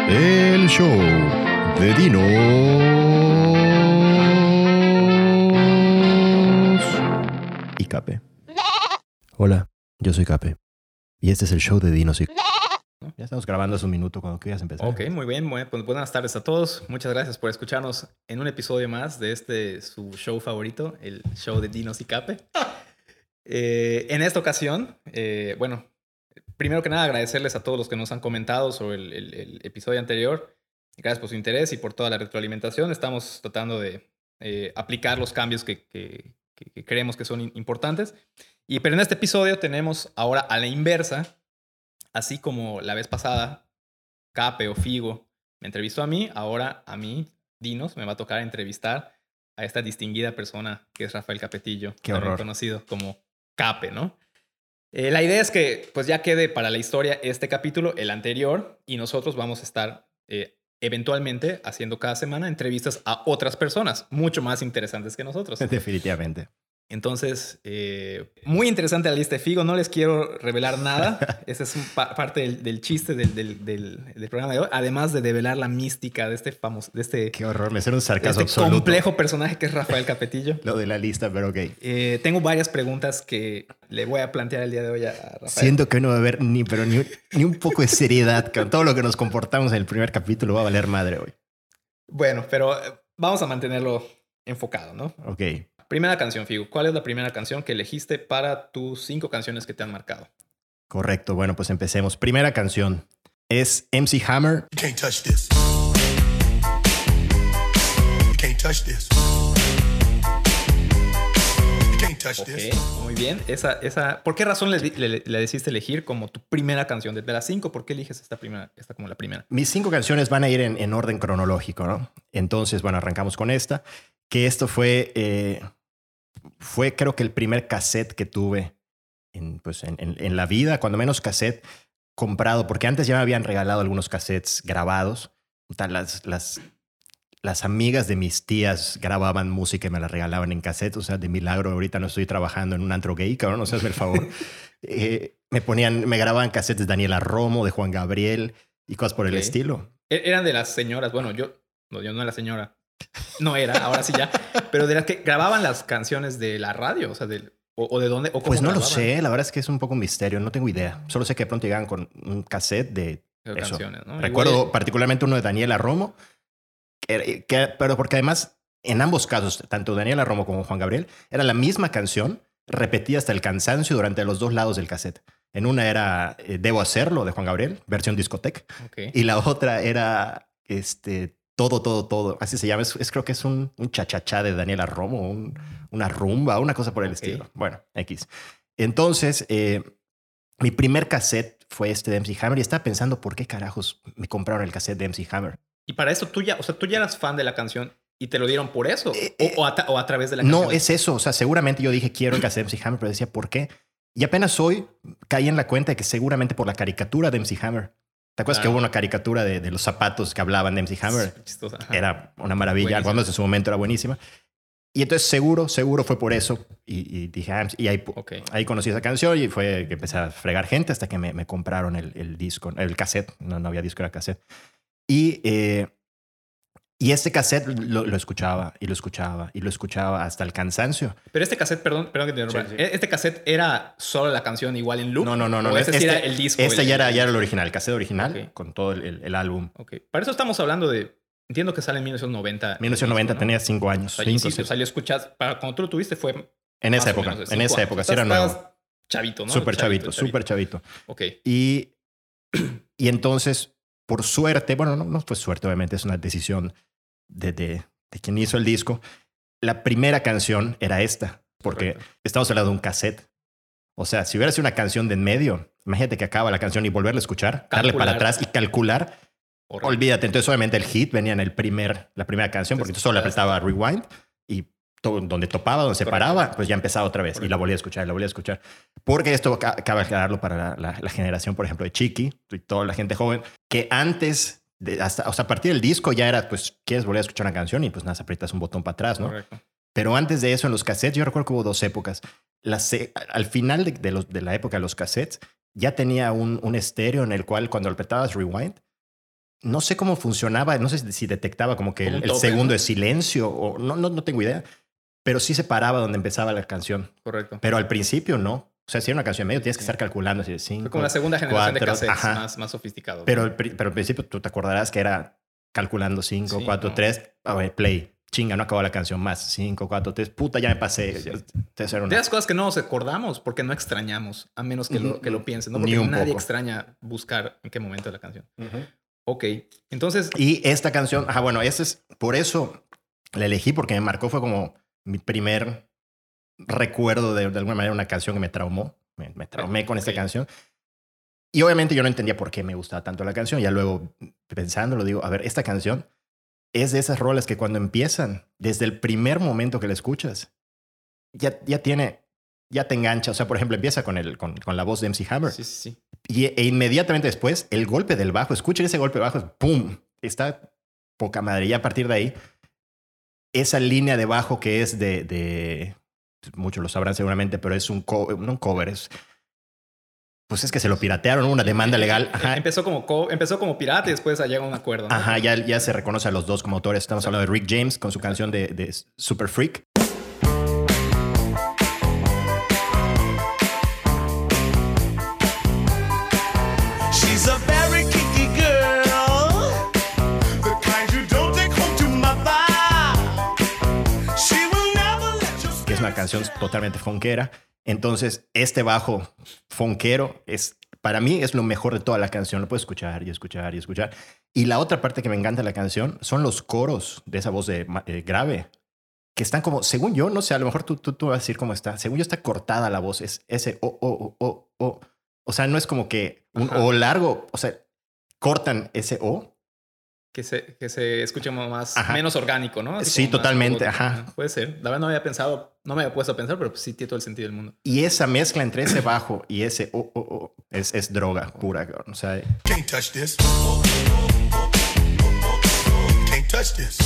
El show de Dinos y Cape. Hola, yo soy Cape. Y este es el show de Dinos y... Ya estamos grabando hace un minuto cuando quieras empezar. Ok, muy bien. Pues buenas tardes a todos. Muchas gracias por escucharnos en un episodio más de su show favorito, el show de Dinos y Cape. En esta ocasión, primero que nada agradecerles a todos los que nos han comentado sobre el episodio anterior. Gracias por su interés y por toda la retroalimentación. Estamos tratando de aplicar los cambios que creemos que son importantes. Pero en este episodio tenemos ahora a la inversa, así como la vez pasada, Cape o Figo me entrevistó a mí, ahora a mí, Dinos, me va a tocar entrevistar a esta distinguida persona que es Rafael Capetillo, Qué también horror. conocido como Cape, ¿no? La idea es que pues ya quede para la historia este capítulo, el anterior, y nosotros vamos a estar eventualmente haciendo cada semana entrevistas a otras personas mucho más interesantes que nosotros. Definitivamente. Entonces, muy interesante la lista de Figo. No les quiero revelar nada. Esa es parte del chiste del programa de hoy. Además de develar la mística de este famoso... Qué horror, me suena un sarcasmo este absoluto. complejo personaje que es Rafael Capetillo. Lo de la lista, pero ok. Tengo varias preguntas que le voy a plantear el día de hoy a Rafael. Siento que no va a haber ni un poco de seriedad. Con todo lo que nos comportamos en el primer capítulo va a valer madre hoy. Bueno, pero vamos a mantenerlo enfocado, ¿no? Ok. Primera canción, Figo. ¿Cuál es la primera canción que elegiste para tus 5 canciones que te han marcado? Correcto. Bueno, pues empecemos. Primera canción es MC Hammer. You can't touch this. You can't touch this. You can't touch this. Ok, muy bien. ¿Por qué razón le decidiste elegir como tu primera canción? De las 5, ¿por qué eliges esta como la primera? Mis 5 canciones van a ir en orden cronológico, ¿no? Entonces, bueno, arrancamos con esta. Que esto fue creo que el primer cassette que tuve en la vida, cuando menos cassette comprado, porque antes ya me habían regalado algunos cassettes grabados. Las amigas de mis tías grababan música y me la regalaban en cassette. O sea, de milagro ahorita no estoy trabajando en un antro gay, cabrón, no seas el favor. Me grababan cassettes de Daniela Romo, de Juan Gabriel y cosas por el estilo. Eran de las señoras, bueno, yo no era señora. No era, ahora sí ya. Pero de las que grababan las canciones de la radio, o sea, o de dónde, o cómo pues no grababan. Lo sé, la verdad es que es un poco un misterio, no tengo idea. Solo sé que de pronto llegaban con un cassette de canciones, ¿no? Recuerdo particularmente uno de Daniela Romo, pero porque además en ambos casos, tanto Daniela Romo como Juan Gabriel, era la misma canción repetida hasta el cansancio durante los dos lados del cassette. En una era Debo Hacerlo de Juan Gabriel, versión discoteca. Okay. Y la otra era todo. Así se llama. Creo que es un chachachá de Daniela Romo, una rumba, una cosa por el estilo. Bueno, X. Entonces, mi primer cassette fue este de MC Hammer y estaba pensando por qué carajos me compraron el cassette de MC Hammer. Y para eso tú ya eras fan de la canción y te lo dieron por eso o a través de la canción. No, es eso. O sea, seguramente yo dije quiero el cassette de MC Hammer, pero decía ¿por qué? Y apenas hoy caí en la cuenta de que seguramente por la caricatura de MC Hammer. ¿Te acuerdas que hubo una caricatura de los zapatos que hablaban de MC Hammer? Chistosa. Era una maravilla. Cuando en su momento era buenísima. Y entonces seguro fue por eso. Y dije, ahí conocí esa canción y fue que empecé a fregar gente hasta que me compraron el disco, el cassette. No había disco, era cassette. Y este cassette lo escuchaba y lo escuchaba hasta el cansancio. Pero este cassette, perdón que te interrumpa. Sí. ¿Este cassette era solo la canción igual en loop? No. ¿O este sí era el disco? Ya era el original, el cassette original con todo el álbum. Ok. Para eso estamos hablando de... Entiendo que sale en 1990. 1990, ¿no? Tenía 5 años. O sea, escuchas... Cuando tú lo tuviste fue... En esa época, sí era nuevo. Chavito, ¿no? Súper chavito. Ok. Y entonces, por suerte, bueno, no fue suerte, obviamente, es una decisión de quien hizo el disco. La primera canción era esta, porque estamos hablando de un cassette. O sea, si hubiera sido una canción de en medio, imagínate que acaba la canción y volverla a escuchar, darle para atrás y calcular. Horrible. Olvídate. Entonces, obviamente, el hit venía en la primera canción, porque tú solo le apretaba rewind y donde topaba, donde se paraba, pues ya empezaba otra vez. Y la volvía a escuchar, Porque esto cabe aclararlo para la generación, por ejemplo, de Chiqui y toda la gente joven, que antes... a partir del disco ya era, pues, quieres volver a escuchar una canción y pues nada, aprietas un botón para atrás, ¿no? Correcto. Pero antes de eso, en los cassettes, yo recuerdo que hubo 2 épocas. Al final de la época de los cassettes, ya tenía un estéreo en el cual cuando apretabas rewind, no sé cómo funcionaba, no sé si detectaba como que Como un el tope, segundo ¿no? de silencio o no tengo idea, pero sí se paraba donde empezaba la canción. Correcto. Pero al principio no. O sea, si era una canción en medio, tienes que Sí. estar calculando así de 5. Fue como la segunda generación de 4, cassettes ajá. más sofisticado. Pero al principio tú te acordarás que era calculando 5, Sí, 4, no. 3, a ver, play. Chinga, no acabó la canción más. 5, 4, 3. Puta, ya me pasé. Sí. Entonces era De una... las cosas que no nos acordamos porque no extrañamos, a menos que lo piensen, ¿no? Ni Porque un nadie poco. extraña buscar en qué momento de la canción. Ok, entonces, Y esta canción, bueno, por eso la elegí, porque me marcó, fue como mi primer recuerdo de alguna manera, una canción que me traumó. Me traumé con esta Ok. canción. Y obviamente yo no entendía por qué me gustaba tanto la canción. Ya luego, pensándolo, digo, a ver, esta canción es de esas rolas que cuando empiezan, desde el primer momento que la escuchas, ya te engancha. O sea, por ejemplo, empieza con la voz de MC Hammer. sí. E inmediatamente después, el golpe del bajo. Escuchen ese golpe bajo. ¡Pum! Está poca madre. Y a partir de ahí, esa línea de bajo que es muchos lo sabrán seguramente, pero es no un cover. Pues es que se lo piratearon, una demanda legal. Ajá. Empezó como pirata y después llega un acuerdo, ¿no? Ajá, ya se reconoce a los dos como autores. Estamos hablando de Rick James con su canción de Super Freak. She's a very kinky girl, the kind you don't take home to mother. She will never let you Que es una canción totalmente funkera. Entonces, este bajo funkero para mí es lo mejor de toda la canción. Lo puedo escuchar y escuchar y escuchar. Y la otra parte que me encanta de la canción son los coros de esa voz grave, que están como, según yo, no sé, a lo mejor tú vas a decir cómo está. Según yo está cortada la voz, es ese o. O sea, no es como que un Ajá. o largo, o sea, cortan ese o. Que se escuche Ajá. menos orgánico, ¿no? Así Sí, como más totalmente, robótico. ajá. Puede ser. La verdad no me había puesto a pensar, pero pues sí tiene todo el sentido del mundo. Y esa mezcla entre ese bajo y ese es droga pura. O sea, can't touch this. Can't touch this.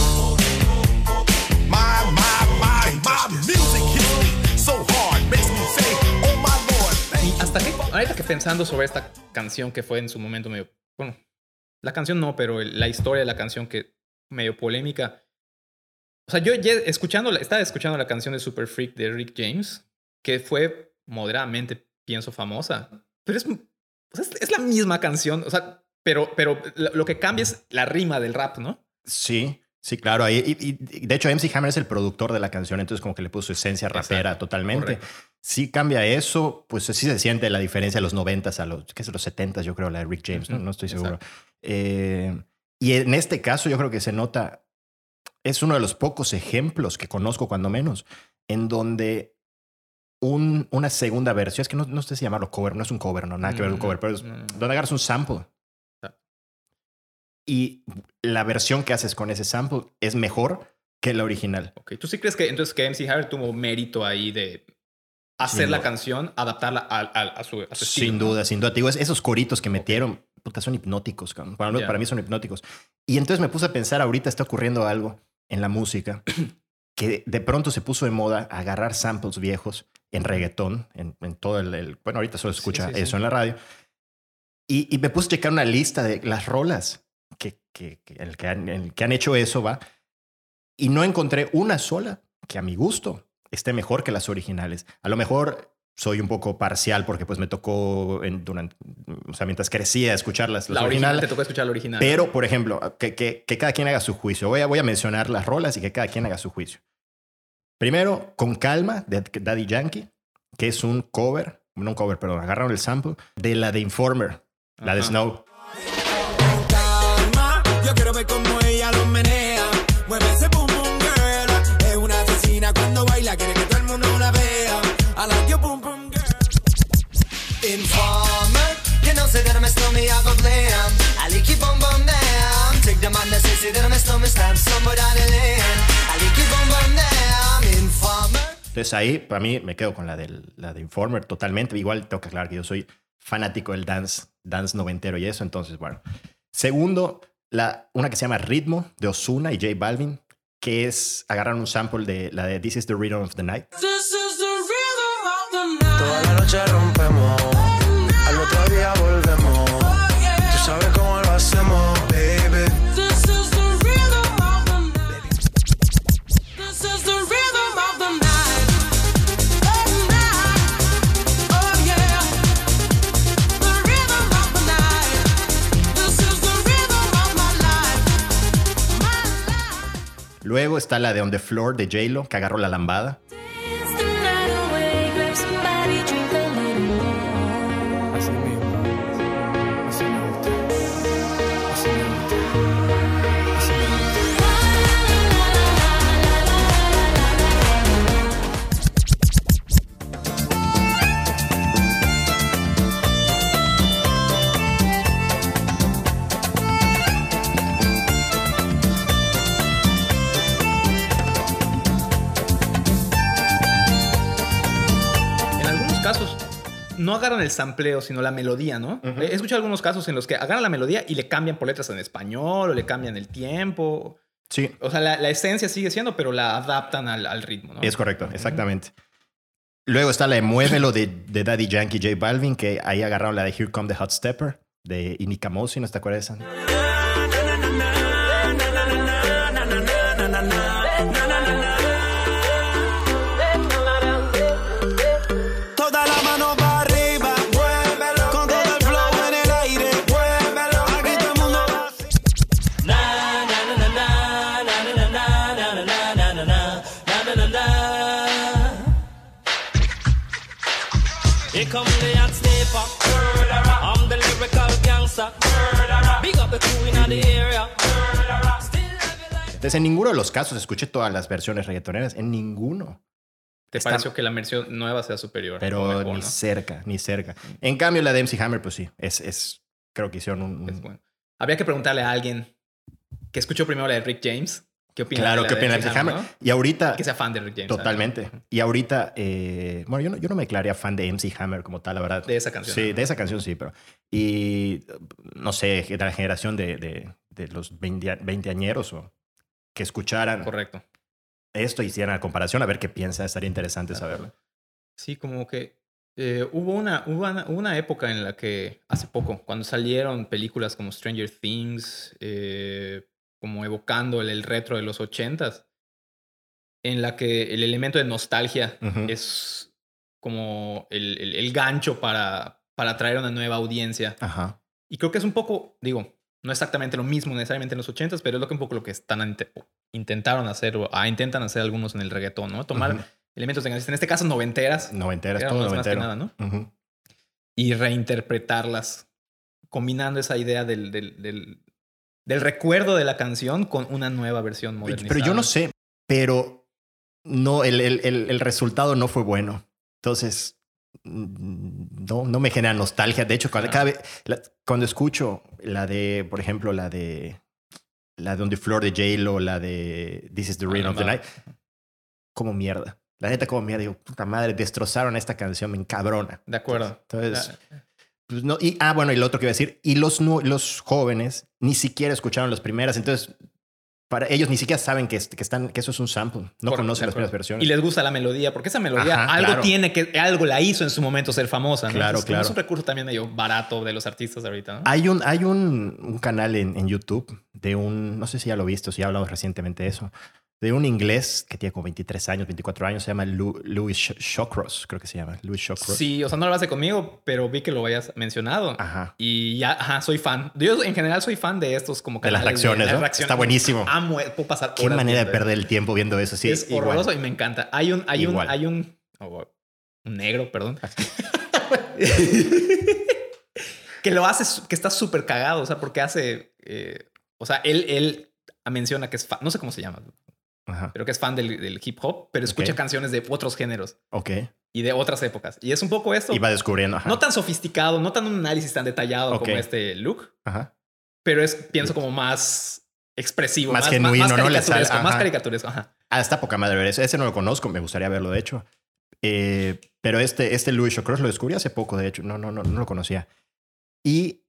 My music hits me so hard, makes me say, oh my Lord. Y hasta que, ahorita que pensando sobre esta canción que fue en su momento medio, bueno, la canción no, pero la historia de la canción que medio polémica. O sea, yo ya estaba escuchando la canción de Super Freak de Rick James, que fue moderadamente, pienso, famosa. Pero es la misma canción, o sea, pero lo que cambia es la rima del rap, ¿no? sí, claro. Y de hecho, MC Hammer es el productor de la canción, entonces como que le puso su esencia rapera totalmente. Correcto. Sí cambia eso, pues sí se siente la diferencia de los 90s a los 70s, yo creo, la de Rick James, no estoy seguro. Y en este caso yo creo que se nota, es uno de los pocos ejemplos que conozco cuando menos, en donde una segunda versión, es que no sé si llamarlo cover, no es un cover, no, nada que ver con un cover, pero es donde agarras un sample. Y la versión que haces con ese sample es mejor que la original. Ok, ¿tú sí crees que entonces que MC Hammer tuvo mérito ahí de hacer Sin la duda. canción, adaptarla a su estilo? Sin ¿no? duda, sin duda. Te digo, esos coritos que metieron, puta, son hipnóticos. Cabrón. Para mí son hipnóticos. Y entonces me puse a pensar, ahorita está ocurriendo algo en la música que de pronto se puso de moda agarrar samples viejos en reggaetón, en todo bueno, ahorita solo se escucha eso en la radio. Y me puse a checar una lista de las rolas que han hecho eso, ¿va? Y no encontré una sola que a mi gusto esté mejor que las originales. A lo mejor soy un poco parcial porque pues me tocó mientras crecía escuchar las La original. Te tocó escuchar la original. Pero, por ejemplo, que cada quien haga su juicio. Voy a mencionar las rolas y que cada quien haga su juicio. Primero, Con Calma, de Daddy Yankee, que es un cover, agarraron el sample de la de Informer, la de Snow. Calma, yo quiero ver cómo ella lo menea. Mueve ese boom boom girl. Es una asesina cuando baila, quiere que todo el mundo la vea. I like your boom boom girl. Informer, you know say that I'm a snowman, I go glam. I like you boom boom down. Take the man that says that I'm a snowman, stab somebody down the lane. I like you boom boom down. Informer. Entonces ahí, para mí, me quedo con la de Informer totalmente. Igual tengo que aclarar que yo soy fanático del dance noventero y eso. Entonces, bueno. Segundo, una que se llama Ritmo, de Ozuna y J Balvin, que es agarrar un sample de la de This is the Rhythm of the Night. This is the rhythm of the night. Toda la noche rompemos, al otro día volvemos. Tú sabes cómo lo hacemos, baby. Luego está la de On the Floor de J-Lo, que agarró la lambada. Dance the night away, grab somebody, drink a little more. Así mismo. Así me gusta. Así me gusta. Así me gusta. En algunos casos no agarran el sampleo, sino la melodía, ¿no? He escuchado algunos casos en los que agarran la melodía y le cambian por letras en español o le cambian el tiempo. Sí, O sea, la esencia sigue siendo, pero la adaptan al ritmo, ¿no? es correcto, exactamente. Luego está la de Muévelo de Daddy Yankee y J Balvin, que ahí agarraron la de Here Come the Hot Stepper de Inika Mosi, ¿no te acuerdas de esa? Toda la mano para arriba, muévelo. Con todo el flow en el aire, muévelo. Aquí todo el mundo va así. Here come the hot stepper. I'm the lyrical gangster. Big up the crew in the area. Still have you like. Entonces, en ninguno de los casos escuché todas las versiones reggaetoneras, en ninguno. ¿Te Está- pareció que la versión nueva sea superior? Pero o mejor, ni ¿no? cerca, ni cerca. En cambio, la de MC Hammer, pues sí, creo que hicieron un... Es bueno. Habría que preguntarle a alguien que escuchó primero la de Rick James. ¿Qué opina? Claro, de ¿qué la opina de MC Hammer? ¿no? Y ahorita... Que sea fan de Rick James. Totalmente. ¿sabes? Y ahorita, bueno, yo no me declararía fan de MC Hammer como tal, la verdad. De esa canción. Sí, ¿no? de esa canción sí, pero... Y no sé, de la generación de los 20añeros o que escucharan Correcto. esto y hicieran la comparación, a ver qué piensa, estaría interesante saberlo. Sí, como que hubo una época en la que hace poco, cuando salieron películas como Stranger Things, como evocando el retro de los 80s, en la que el elemento de nostalgia Ujú. es como el gancho para atraer a una nueva audiencia. Ajá. Y creo que es un poco, digo, no exactamente lo mismo necesariamente en los 80s, pero es un poco lo que intentaron hacer o intentan hacer algunos en el reggaetón, ¿no? Tomar Ujú. elementos de canciones, en este caso noventeras, Noventeras, eran todo más que noventero. nada, ¿no? Ujú. Y reinterpretarlas, combinando esa idea del recuerdo de la canción con una nueva versión modernizada. Pero yo no sé, pero no, el resultado no fue bueno. Entonces, no me genera nostalgia. De hecho, cada vez, cuando escucho la de, por ejemplo, la de On the Floor de J-Lo, la de This is the Rhythm of the Night, como mierda. La neta, como mierda. Digo, puta madre, destrozaron esta canción, me encabrona. De acuerdo. Entonces, pues no, bueno, y lo otro que iba a decir, y los jóvenes ni siquiera escucharon las primeras, entonces para ellos ni siquiera saben que eso es un sample, no Correcto, conocen de las primeras acuerdo. versiones. Y les gusta la melodía, porque esa melodía Ajá, algo claro. algo la hizo en su momento ser famosa, ¿no? Claro, Entonces, claro. Es un recurso también medio barato de los artistas ahorita, ¿no? Hay un canal en YouTube de no sé si ya lo viste o si ya hablamos recientemente de eso, de un inglés que tiene como 23 años, 24 años, se llama Louis Shawcross, creo que se llama, Louis Shawcross. Sí, o sea, no lo hace conmigo, pero vi que lo hayas mencionado. Ajá. Y ya, soy fan. Yo en general soy fan de estos como De las canales reacciones, ¿no? Está buenísimo. Amo, puedo pasar Qué horas manera de viendo perder el tiempo viendo eso, sí. es igual. horroroso y me encanta. Hay un negro, perdón. que lo hace, que está súper cagado, o sea, porque hace, o sea, él menciona que es fan, no sé cómo se llama, Ajá. pero que es fan del hip hop, pero escucha Ok. canciones de otros géneros Ok. y de otras épocas. Y es un poco esto. Y va descubriendo. Ajá. No tan sofisticado, no tan un análisis tan detallado Ok. como este look, Ajá. pero pienso como más expresivo, Más genuino, ¿no? Le sale- caricaturesco, más ajá. caricaturesco. Ajá. Ah, está poca madre ver eso. Ese no lo conozco, me gustaría verlo, de hecho. Pero este Louis Shawcross lo descubrí hace poco, de hecho. No lo conocía. Y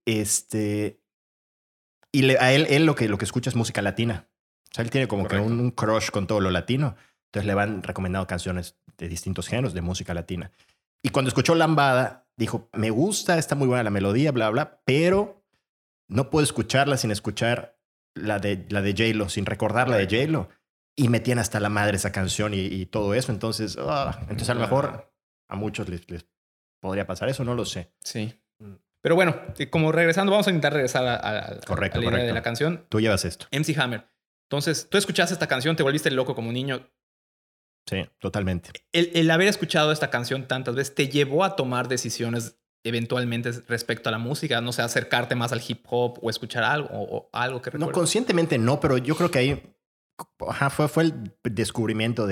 a él lo que escucha es música latina. O sea, él tiene como Correcto. que un crush con todo lo latino. Entonces le van recomendando canciones de distintos géneros de música latina. Y cuando escuchó Lambada, dijo, me gusta, está muy buena la melodía, bla, bla, pero no puedo escucharla sin escuchar la de J-Lo, sin recordar la de J-Lo. Y metían hasta la madre esa canción y todo eso. Entonces a lo mejor a muchos les podría pasar eso, no lo sé. Sí. Pero bueno, como regresando, vamos a intentar regresar a Correcto, la idea de correcto. la canción. Tú llevas esto. MC Hammer. Entonces, tú escuchaste esta canción, te volviste loco como niño. Sí, totalmente. El haber escuchado esta canción tantas veces te llevó a tomar decisiones eventualmente respecto a la música, no sé, acercarte más al hip hop o escuchar algo o algo que No, recuerdes. conscientemente no, pero yo creo que ahí fue el descubrimiento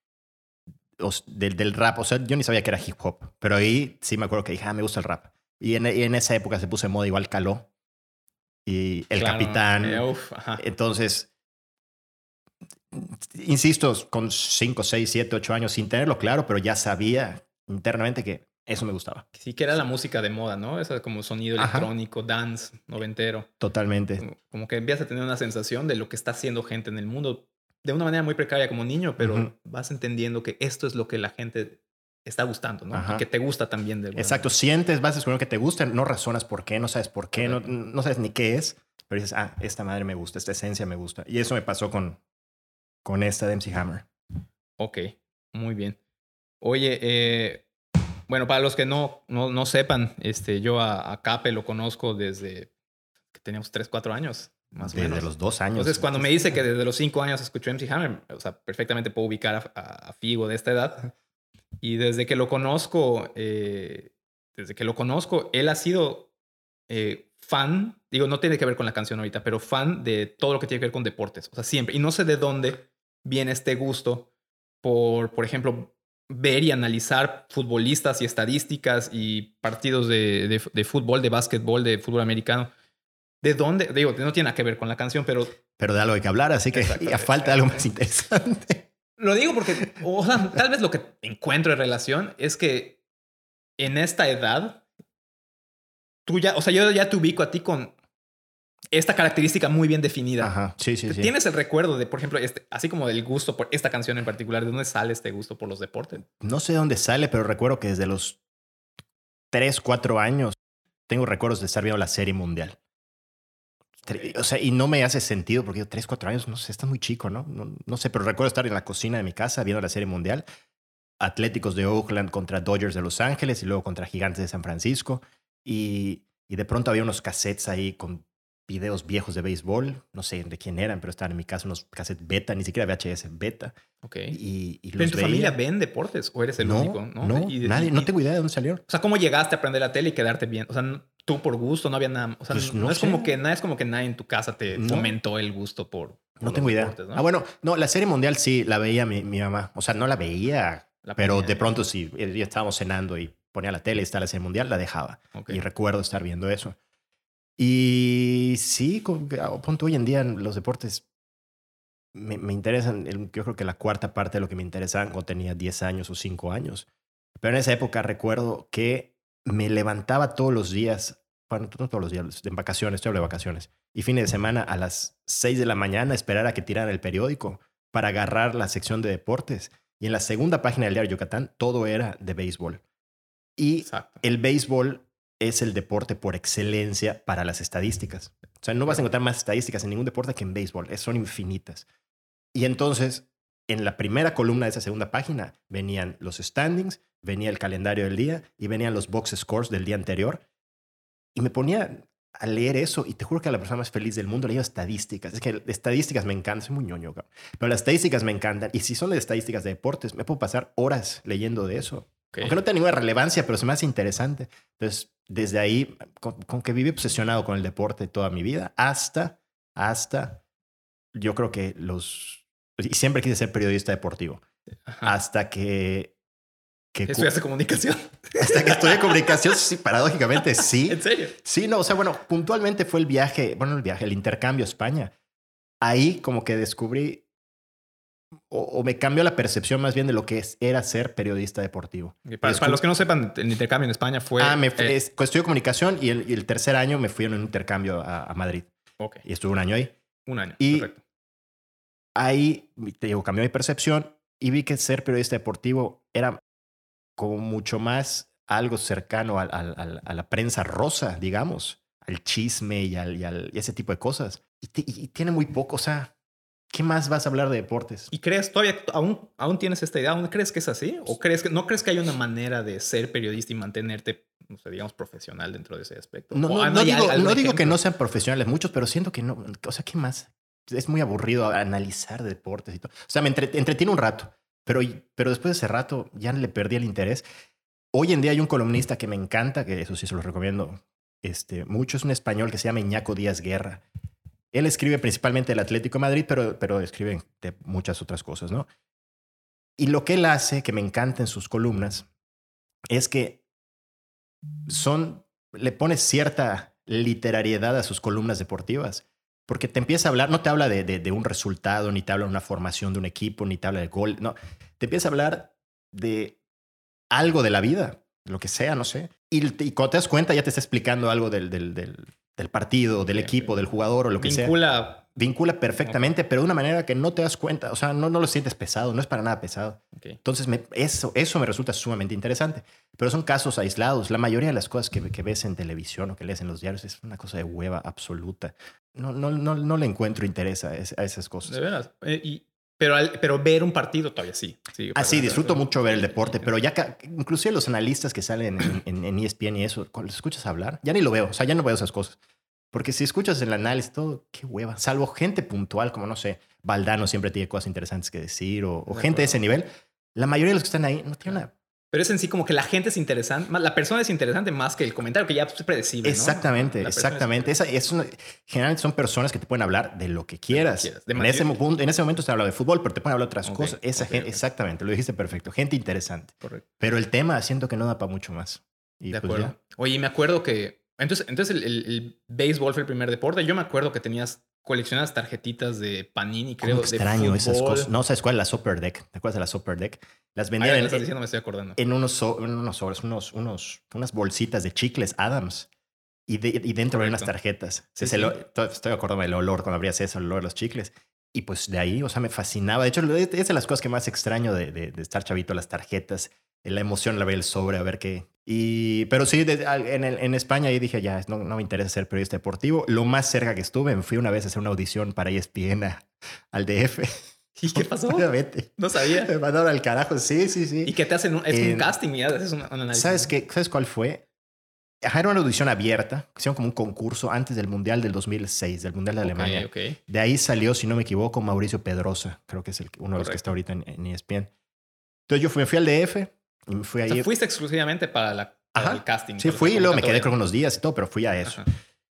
del rap. O sea, yo ni sabía que era hip hop, pero ahí sí me acuerdo que dije, me gusta el rap. Y en esa época se puso de moda igual Caló y El Claro, Capitán. ajá. Entonces, insisto, con 5, 6, 7, 8 años, sin tenerlo claro, pero ya sabía internamente que eso me gustaba. Sí, que era la música de moda, ¿no? Esa como sonido Ajá. electrónico, dance, noventero. Totalmente. Como que empiezas a tener una sensación de lo que está haciendo gente en el mundo de una manera muy precaria como niño, pero Ujú. vas entendiendo que esto es lo que la gente está gustando, ¿no? Ajá. Y que te gusta también de alguna Exacto. manera. Sientes, vas a descubrir que te gusta, no razonas por qué, no sabes por qué, no, Correcto. no sabes ni qué es, pero dices, esta madre me gusta, esta esencia me gusta. Y eso me pasó con esta de MC Hammer. Ok, muy bien. Oye, bueno, para los que no sepan, yo a Cape lo conozco desde que teníamos 3, 4 años, más o Desde menos. los 2 años. Entonces, cuando me dice que desde los 5 años escuchó MC Hammer, o sea, perfectamente puedo ubicar a Figo de esta edad. Y desde que lo conozco, él ha sido fan, digo, no tiene que ver con la canción ahorita, pero fan de todo lo que tiene que ver con deportes. O sea, siempre. Y no sé de dónde viene este gusto por ejemplo, ver y analizar futbolistas y estadísticas y partidos de fútbol, de básquetbol, de fútbol americano. ¿De dónde? Digo, no tiene nada que ver con la canción, pero Pero de algo hay que hablar, así que Exactamente. ya falta algo más interesante. lo digo porque, o sea, tal vez lo que encuentro en relación es que en esta edad, tú ya, o sea, yo ya te ubico a ti con esta característica muy bien definida. Ajá, sí. ¿Tienes el recuerdo de, por ejemplo, así como del gusto por esta canción en particular, de dónde sale este gusto por los deportes? No sé de dónde sale, pero recuerdo que desde los 3, 4 años tengo recuerdos de estar viendo la Serie Mundial. O sea, y no me hace sentido porque yo 3, 4 años, no sé, está muy chico, ¿no? No sé, pero recuerdo estar en la cocina de mi casa viendo la Serie Mundial. Atléticos de Oakland contra Dodgers de Los Ángeles y luego contra Gigantes de San Francisco. Y de pronto había unos cassettes ahí con videos viejos de béisbol. No sé de quién eran, pero estaban en mi casa unos cassettes beta, ni siquiera VHS, beta. Ok. Y ¿Pero los en tu veía. familia ven deportes o eres el No, único? No, no, nadie. No tengo idea de dónde salieron. O sea, ¿cómo llegaste a aprender la tele y quedarte bien? O sea, tú por gusto, no había nada. O sea, Pues no no es sé. como que nadie en tu casa te No. fomentó el gusto por No los tengo idea. deportes, ¿no? Bueno, no, la Serie Mundial sí la veía mi mamá. O sea, no la veía, La pero ponía. de pronto sí, ya estábamos cenando y ponía la tele y está la Serie Mundial, la dejaba. Ok. Y recuerdo estar viendo eso. Y sí, punto hoy en día los deportes me interesan. Yo creo que la cuarta parte de lo que me interesaban cuando tenía 10 años o 5 años. Pero en esa época recuerdo que me levantaba todos los días, bueno, no todos los días, en vacaciones, estoy hablando de vacaciones, y fines de semana a las 6 de la mañana esperar a que tiraran el periódico para agarrar la sección de deportes. Y en la segunda página del diario Yucatán todo era de béisbol. Y Exacto. el béisbol es el deporte por excelencia para las estadísticas. O sea, no vas a encontrar más estadísticas en ningún deporte que en béisbol. Son infinitas. Y entonces, en la primera columna de esa segunda página venían los standings, venía el calendario del día y venían los box scores del día anterior. Y me ponía a leer eso y te juro que a la persona más feliz del mundo leía estadísticas. Es que estadísticas me encantan. Soy muy ñoño, cabrón. Pero las estadísticas me encantan. Y si son de estadísticas de deportes, me puedo pasar horas leyendo de eso. Ok. Aunque no tenga ninguna relevancia, pero se me hace interesante. Entonces, desde ahí, con que viví obsesionado con el deporte toda mi vida, hasta yo creo que y siempre quise ser periodista deportivo. Ajá. Hasta que Estudiaste comunicación. hasta que estudié comunicación, sí, paradójicamente, sí. ¿En serio? Sí, no, o sea, bueno, puntualmente fue el intercambio a España. Ahí como que descubrí o me cambió la percepción más bien de lo que era ser periodista deportivo. Para los que no sepan, el intercambio en España fue... Estudié comunicación y el tercer año me fui en un intercambio a Madrid. Ok, Y estuve un año ahí. un año. Y- Perfecto. Ahí, te digo, cambió mi percepción y vi que ser periodista deportivo era como mucho más algo cercano a la prensa rosa, digamos, al chisme y y ese tipo de cosas. Y tiene muy poco, o sea, ¿qué más vas a hablar de deportes? ¿Y crees todavía, aún tienes esta idea? ¿Aún crees que es así? ¿O no crees que hay una manera de ser periodista y mantenerte, no sé, digamos, profesional dentro de ese aspecto? No ¿O hay algún digo que ejemplo? no sean profesionales muchos, pero siento que no. O sea, ¿qué más? es muy aburrido analizar deportes y todo. O sea, me entretiene un rato, pero después de ese rato ya le perdí el interés. Hoy en día hay un columnista que me encanta, que eso sí se lo recomiendo mucho, es un español que se llama Iñaco Díaz Guerra. Él escribe principalmente el Atlético de Madrid, pero escribe de muchas otras cosas, ¿no? Y lo que él hace, que me encanta en sus columnas, es que le pone cierta literariedad a sus columnas deportivas. Porque te empieza a hablar, no te habla de un resultado, ni te habla de una formación de un equipo, ni te habla de gol, no. Te empieza a hablar de algo de la vida, lo que sea, no sé. Y cuando te das cuenta ya te está explicando algo del partido, del equipo, del jugador o lo que sea. Vincula perfectamente, pero de una manera que no te das cuenta. O sea, no lo sientes pesado, no es para nada pesado. Okay. Entonces, eso me resulta sumamente interesante. Pero son casos aislados. La mayoría de las cosas que ves en televisión o que lees en los diarios es una cosa de hueva absoluta. No le encuentro interés a esas cosas. De veras. Pero ver un partido todavía sí. Sí, disfruto mucho ver el deporte, pero ya inclusive los analistas que salen en ESPN y eso, cuando los escuchas hablar, ya ni lo veo. O sea, ya no veo esas cosas. Porque si escuchas el análisis, todo, qué hueva. Salvo gente puntual, como no sé, Valdano siempre tiene cosas interesantes que decir, o gente de ese nivel. La mayoría de los que están ahí no tiene una... Pero es en sí como que la gente es interesante, la persona es interesante más que el comentario, que ya es predecible, ¿no? Exactamente. Generalmente son personas que te pueden hablar de lo que quieras. En ese momento te habla de fútbol, pero te pueden hablar de otras cosas. Gente, exactamente, lo dijiste perfecto. Gente interesante. Correcto. Pero el tema siento que no da para mucho más. Y de pues acuerdo. Ya. Oye, me acuerdo que... Entonces el béisbol fue el primer deporte. Yo me acuerdo que coleccionabas tarjetitas de Panini, creo. Extraño de esas cosas. No sabes cuál es la Super Deck. ¿Te acuerdas de la Super Deck? Las vendían me estás diciendo, me estoy acordando. En unas bolsitas de chicles Adams. Y dentro había unas tarjetas. Sí, estoy acordando del olor cuando abrías eso, el olor de los chicles. Y pues de ahí, o sea, me fascinaba. De hecho, es de las cosas que más extraño de estar chavito, las tarjetas, la emoción, la ver el sobre, a ver qué. Pero sí, en España ahí dije, ya, no me interesa ser periodista deportivo. Lo más cerca que estuve, me fui una vez a hacer una audición para ESPN al DF. ¿Y qué pasó? Obviamente. No sabía. Me mandaron al carajo, sí. ¿Y qué te hacen? Es un casting y haces un análisis. ¿Sabes cuál fue? Era una audición abierta, hicieron como un concurso antes del Mundial del 2006, del Mundial de Alemania. Okay. De ahí salió, si no me equivoco, Mauricio Pedrosa, creo que es uno de los que está ahorita en ESPN. Entonces me fui al DF y me fui ahí. O sea, fuiste exclusivamente para el casting. Sí, fui y luego me quedé creo unos días y todo, pero fui a eso.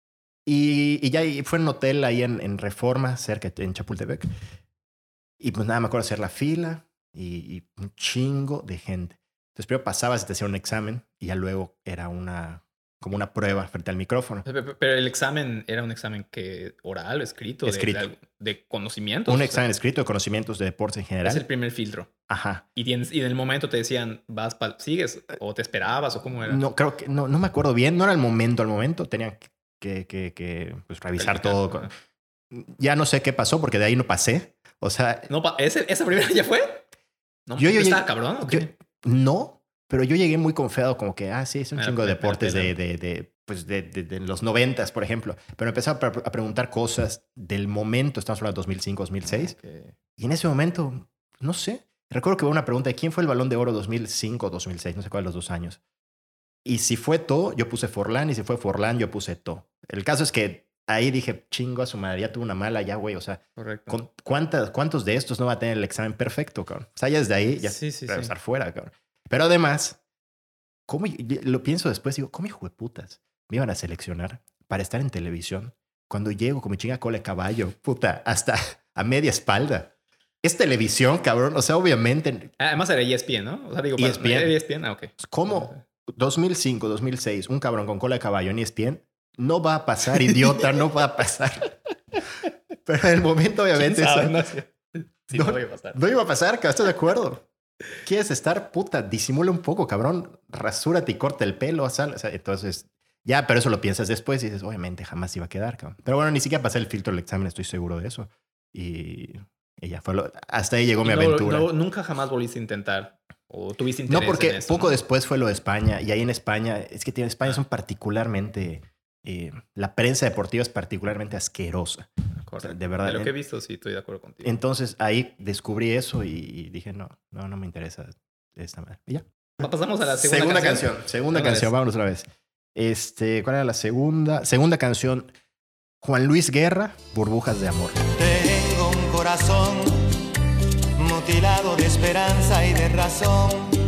Y ya fue en un hotel ahí en Reforma, cerca en Chapultepec. Y pues nada, me acuerdo hacer la fila y un chingo de gente. Entonces primero pasabas y te hacían un examen y ya luego era como una prueba frente al micrófono. Pero el examen era un examen que oral, escrito. De conocimientos. Un examen escrito de conocimientos de deportes en general. Es el primer filtro. Ajá. Y en el momento te decían, ¿sigues? ¿O te esperabas? ¿O cómo era? No, creo que no me acuerdo bien. No era al momento. Al momento tenían que pues, revisar todo. Ya no sé qué pasó porque de ahí no pasé. O sea... ¿Esa primera ya fue? No, yo estaba cabrón. ¿O qué? No. Pero yo llegué muy confiado, como que, sí, es un chingo de deportes de los 90s, por ejemplo. Pero empecé a preguntar cosas del momento, estamos hablando de 2005, 2006. Okay. Y en ese momento, no sé. Recuerdo que hubo una pregunta de quién fue el Balón de Oro 2005 o 2006, no sé cuál de los 2 años. Y si fue To, yo puse Forlán, y si fue Forlán, yo puse To. El caso es que ahí dije, chingo a su madre, ya tuve una mala, ya, güey. O sea, ¿cuántos de estos no va a tener el examen perfecto, cabrón? O sea, ya desde ahí, ya para estar fuera, cabrón. Pero además, ¿cómo lo pienso después? Digo, ¿cómo hijo de putas me iban a seleccionar para estar en televisión cuando llego con mi chinga cola de caballo, puta, hasta a media espalda? Es televisión, cabrón. O sea, obviamente... Además era ESPN, ¿no? O sea, digo, ESPN. Era ESPN. Ok. ¿Cómo 2005, 2006, un cabrón con cola de caballo en ESPN? No va a pasar, idiota, no va a pasar. Pero en el momento, obviamente... No iba a pasar. No iba a pasar, cabrón, ¿estás de acuerdo? ¿Quieres estar? Puta, disimula un poco, cabrón. Rasúrate y corta el pelo. O sea, entonces, ya, pero eso lo piensas después y dices, obviamente jamás iba a quedar, cabrón. Pero bueno, ni siquiera pasé el filtro del examen, estoy seguro de eso. Y ya fue hasta ahí llegó mi aventura. ¿Nunca jamás volviste a intentar? ¿O tuviste interés? No, porque en eso, poco después fue lo de España. Y ahí en España, es que en España son particularmente... la prensa deportiva es particularmente asquerosa. O sea, de verdad. De lo que he visto, sí, estoy de acuerdo contigo. Entonces ahí descubrí eso y dije, no me interesa esta manera. Y ya. Pasamos a la segunda canción. Segunda canción, vámonos otra vez. ¿Cuál era la segunda? Segunda canción. Juan Luis Guerra, Burbujas de Amor. Tengo un corazón mutilado de esperanza y de razón.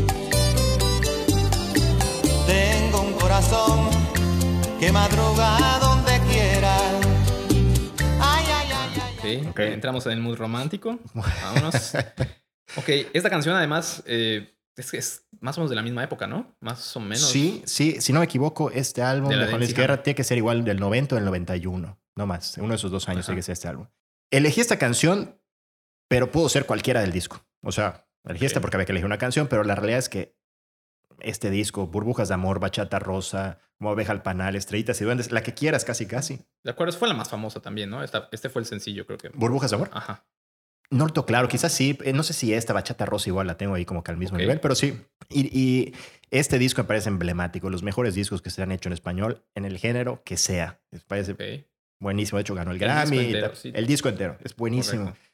Tengo un corazón que madruga donde quiera. Ay, ay, ay, ay. Ok, entramos en el mood romántico. Vámonos. Ok, esta canción además es más o menos de la misma época, ¿no? Más o menos. Sí, si no me equivoco, este álbum De la de Juan Luis Dance Guerra Jam. tiene que ser igual del 90 o del 91. No más. Uno de esos 2 años Ajá. tiene que ser este álbum. Elegí esta canción, pero pudo ser cualquiera del disco. O sea, elegí esta Ok. porque había que elegir una canción, pero la realidad es que este disco, Burbujas de Amor, Bachata Rosa, Como Abeja al Panal, Estrellitas y Duendes, la que quieras casi. De acuerdo, fue la más famosa también, ¿no? Este fue el sencillo, creo que. Burbujas de Amor. Ajá. No lo tengo claro, quizás sí. No sé si esta Bachata Rosa igual la tengo ahí como que al mismo Ok. nivel, pero sí. Y este disco me parece emblemático. Los mejores discos que se han hecho en español, en el género que sea. Me parece Ok. buenísimo. De hecho, ganó el disco Grammy. y entero, tal. sí. El disco entero. Es buenísimo. Correcto.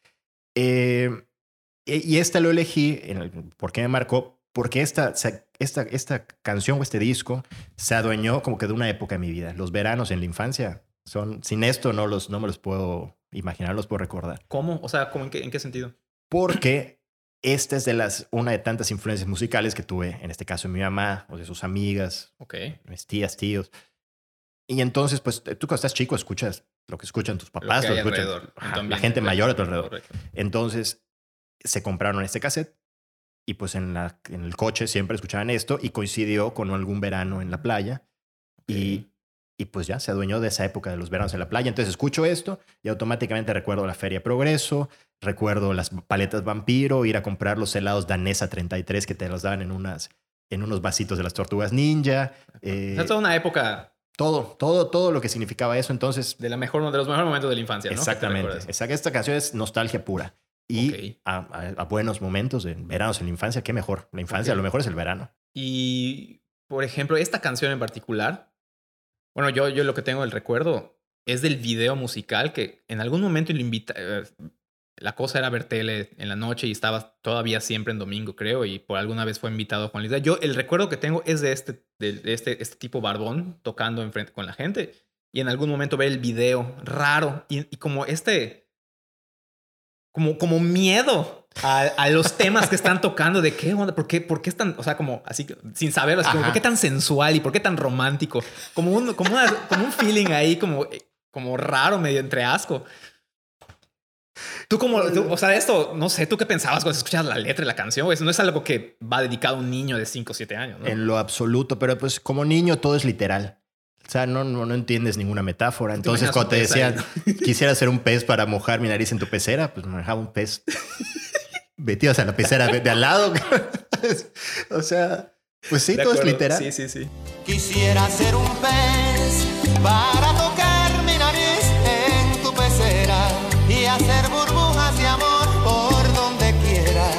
Y esta lo elegí. ¿Por qué me marcó? Porque esta canción o este disco se adueñó como que de una época de mi vida. Los veranos en la infancia son... Sin esto no me los puedo imaginar, los puedo recordar. ¿Cómo? O sea, ¿cómo, en qué sentido? Porque esta es una de tantas influencias musicales que tuve, en este caso de mi mamá o de sus amigas, Ok. mis tías, tíos. Y entonces, pues tú cuando estás chico escuchas lo que escuchan tus Lo papás, que lo hay que escuchan alrededor. en tu la ambiente. gente mayor a tu alrededor. Correcto. Entonces se compraron este cassette y pues en el coche siempre escuchaban esto y coincidió con algún verano en la playa y pues ya se adueñó de esa época de los veranos en la playa. Entonces escucho esto y automáticamente recuerdo la Feria Progreso, recuerdo las paletas Vampiro, ir a comprar los helados Danesa 33 que te los daban en unos vasitos de las Tortugas Ninja. O sea, toda una época Todo lo que significaba eso. Entonces, de los mejores momentos de la infancia, ¿no? Que te exactamente. recuerdas. Esta canción es nostalgia pura. Y Ok. a buenos momentos de veranos en la infancia, qué mejor. La infancia, Ok. lo mejor es el verano. Y, por ejemplo, esta canción en particular, bueno, yo lo que tengo el recuerdo es del video musical que en algún momento la cosa era ver tele en la noche y estaba todavía siempre en domingo, creo, y por alguna vez fue invitado Juan Luis Guerra. Yo, el recuerdo que tengo es de este tipo barbón tocando enfrente con la gente y en algún momento ver el video raro y como como miedo a los temas que están tocando, de qué onda, por qué están, o sea, como así, sin saberlo, así como, Ajá. por qué tan sensual y por qué tan romántico, como un feeling ahí como raro, medio entre asco. Tú, o sea, esto, no sé, ¿tú qué pensabas cuando escuchas la letra de la canción? Eso no es algo que va dedicado a un niño de 5 o 7 años, ¿no? En lo absoluto. Pero pues como niño todo es literal. O sea, no entiendes ninguna metáfora. Entonces imaginas cuando te un pez decían, ahí, quisiera ser un pez para mojar mi nariz en tu pecera, pues me dejaba un pez metidos a la pecera de al lado. O sea, pues sí, De todo es acuerdo. literal. Sí, sí, sí. Quisiera ser un pez para tocar mi nariz en tu pecera y hacer burbujas de amor por donde quiera.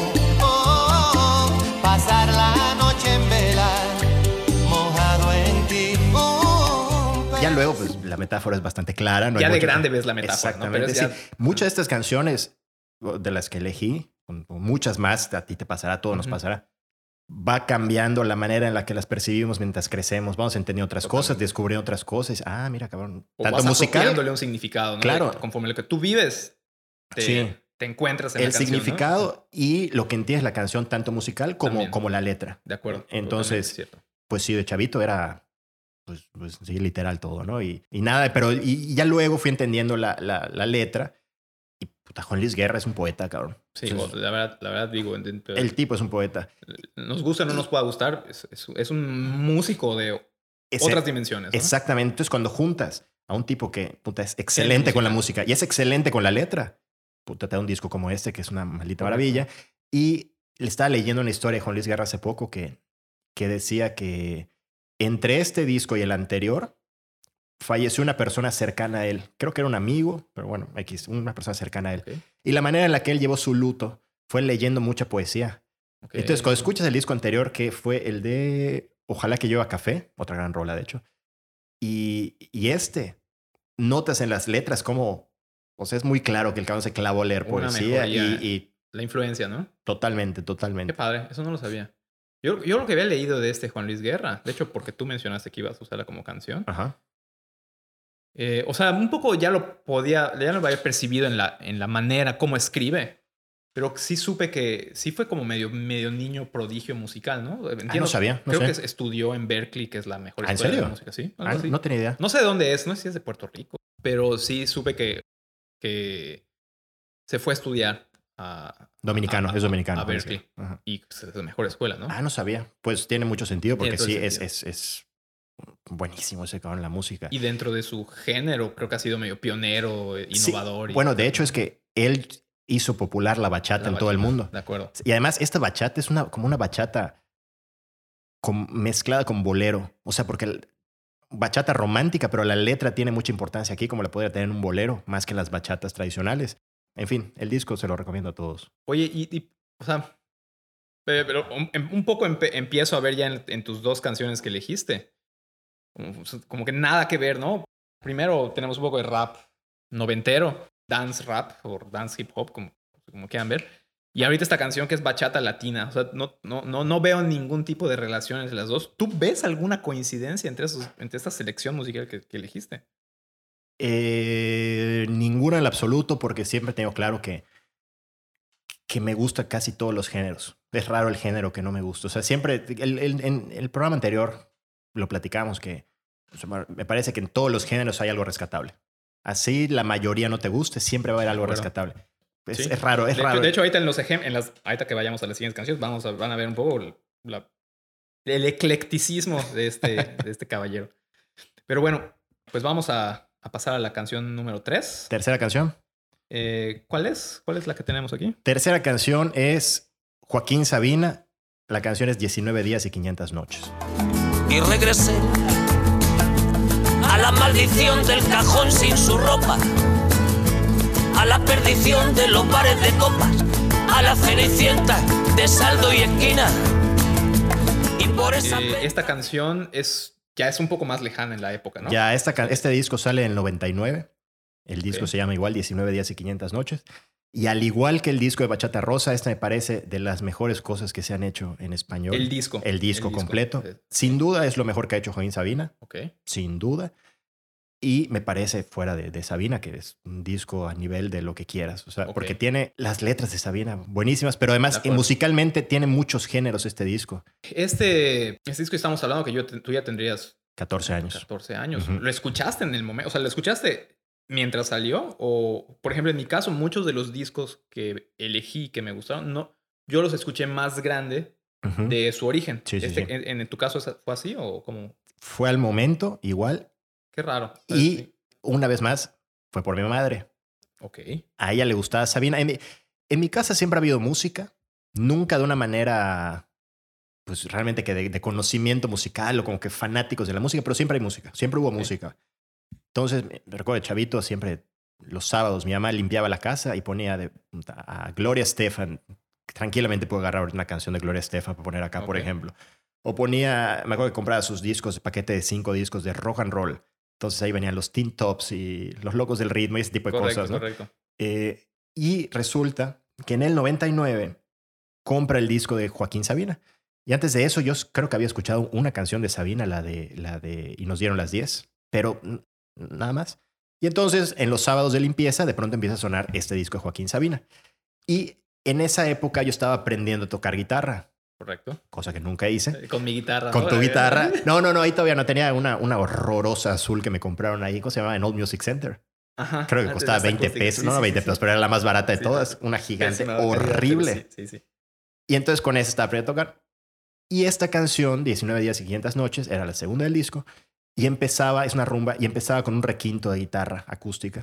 Pasar la noche en vela, mojado en ti. Ya luego, pues la metáfora es bastante clara. No Ya hay de mucho grande que- ves la metáfora, ¿no? Exactamente, Pero es sí. ya- Muchas de estas canciones, de las que elegí, o muchas más, a ti te pasará, a todos nos Ujú. pasará, va cambiando la manera en la que las percibimos mientras crecemos. Vamos entendiendo otras Totalmente. cosas, descubriendo otras cosas. Ah, mira, cabrón. O Tanto vas musical. apropiándole un significado, ¿no? Claro. Conforme lo que tú vives, Sí. te encuentras en El la canción, ¿no? significado y lo que entiendes la canción, tanto musical También. como la letra. De acuerdo. Entonces, totalmente cierto. pues sí, de chavito era, pues sí, literal todo, ¿no? Y nada, pero y ya luego fui entendiendo la letra. Y puta, Juan Luis Guerra es un poeta, cabrón. Sí, Entonces, la verdad digo, el tipo es un poeta. nos gusta o no nos pueda gustar, es un músico de Ese- otras dimensiones, ¿no? Exactamente. Entonces, cuando juntas a un tipo que puta, es excelente con la música y es excelente con la letra, puta, te da un disco como este, que es una maldita maravilla. Y le estaba leyendo una historia de Juan Luis Guerra hace poco que decía que entre este disco y el anterior falleció una persona cercana a él. Creo que era un amigo, pero bueno, una persona cercana a él. Ok. Y la manera en la que él llevó su luto fue leyendo mucha poesía. Ok. Entonces, cuando escuchas el disco anterior, que fue el de Ojalá que llueva café, otra gran rola, de hecho, y notas en las letras como, o sea, es muy claro que el cabrón se clavó a leer Una poesía mejoría. y La influencia, ¿no? totalmente, Qué totalmente. padre, eso no lo sabía. Yo lo que había leído de este Juan Luis Guerra, de hecho, porque tú mencionaste que ibas a usarla como canción, Ajá. O sea, un poco ya lo había percibido en la manera como escribe. Pero sí supe que sí fue como medio niño prodigio musical, ¿no? Entiendo, no sabía, no creo sé. que estudió en Berkeley, que es la mejor ¿En escuela de serio? música, ¿sí? Algo así. No tenía idea. No sé de dónde es, no sé si es de Puerto Rico, pero sí supe que se fue a estudiar Dominicano, es dominicano. a Berkeley. Ajá. Y pues, es la mejor escuela, ¿no? No sabía. Pues tiene mucho sentido porque Tiene todo el sí, sentido. es buenísimo ese cabrón, la música. Y dentro de su género, creo que ha sido medio pionero, Sí, innovador. bueno, de hecho es que él hizo popular la bachata en todo el mundo. De acuerdo. Y además esta bachata es como una bachata mezclada con bolero. O sea, porque bachata romántica, pero la letra tiene mucha importancia aquí, como la podría tener en un bolero, más que en las bachatas tradicionales. En fin, el disco se lo recomiendo a todos. Oye, o sea, pero un poco empiezo a ver ya en tus dos canciones que elegiste. Como que nada que ver, ¿no? Primero tenemos un poco de rap noventero, dance rap o dance hip hop, como quieran ver. Y ahorita esta canción que es bachata latina. O sea, no veo ningún tipo de relación entre las dos. ¿Tú ves alguna coincidencia entre esta selección musical que elegiste? Ninguna en el absoluto, porque siempre tengo claro que me gusta casi todos los géneros. Es raro el género que no me gusta. O sea, siempre, en el programa anterior lo platicamos que o sea, me parece que en todos los géneros hay algo rescatable. Así la mayoría no te guste, siempre va a haber algo rescatable. Sí. Es raro, es raro. De hecho, ahorita ahorita que vayamos a las siguientes canciones, van a ver un poco el eclecticismo de este caballero. Pero bueno, pues vamos a pasar a la canción número 3. Tercera canción. ¿Cuál es? ¿Cuál es la que tenemos aquí? Tercera canción es Joaquín Sabina. La canción es 19 días y 500 noches. Y regresé a la maldición del cajón sin su ropa, a la perdición de los bares de copas, a la cenicienta de saldo y esquina. Y por esa esta canción ya es un poco más lejana en la época, ¿no? Ya este disco sale en el 99. El disco se llama igual 19 días y 500 noches. Y al igual que el disco de Bachata Rosa, esta me parece de las mejores cosas que se han hecho en español. El disco. El disco completo. Sin duda es lo mejor que ha hecho Joaquín Sabina. Ok. Sin duda. Y me parece fuera de Sabina, que es un disco a nivel de lo que quieras. O sea, porque tiene las letras de Sabina buenísimas, pero además musicalmente tiene muchos géneros este disco. Este disco estamos hablando que tú ya tendrías 14 años. 14 años. ¿Lo escuchaste en el momento? O sea, ¿lo escuchaste mientras salió? O, por ejemplo, en mi caso, muchos de los discos que elegí que me gustaron, yo los escuché más grande de su origen. Sí. ¿En tu caso fue así o cómo? Fue al momento, igual. Qué raro. Y una vez más, fue por mi madre. Ok. A ella le gustaba Sabina. En mi casa siempre ha habido música. Nunca de una manera, pues realmente que de conocimiento musical o como que fanáticos de la música, pero siempre hay música. Siempre hubo música. Entonces, me recuerdo de chavito, siempre los sábados mi mamá limpiaba la casa y ponía a Gloria Estefan. Tranquilamente puedo agarrar una canción de Gloria Estefan para poner acá, por ejemplo. O ponía, me acuerdo que compraba sus discos, paquete de 5 discos de rock and roll. Entonces ahí venían los Teen Tops y los Locos del Ritmo y ese tipo de cosas, ¿no? Correcto. Y resulta que en el 99 compra el disco de Joaquín Sabina. Y antes de eso yo creo que había escuchado una canción de Sabina, la de Y nos dieron las 10, pero nada más. Y entonces en los sábados de limpieza de pronto empieza a sonar este disco de Joaquín Sabina. Y en esa época yo estaba aprendiendo a tocar guitarra. Correcto. Cosa que nunca hice. Con mi guitarra. Con tu guitarra. No, ahí todavía no. Tenía una horrorosa azul que me compraron ahí. ¿Cómo se llamaba? En Old Music Center. Ajá. Creo que costaba 20 pesos. No, 20 pesos, pero era la más barata de todas. Una gigante horrible. Sí. Y entonces con esa estaba aprendiendo a tocar. Y esta canción, 19 días y 500 noches, era la segunda del disco. Y empezaba, es una rumba, y empezaba con un requinto de guitarra acústica.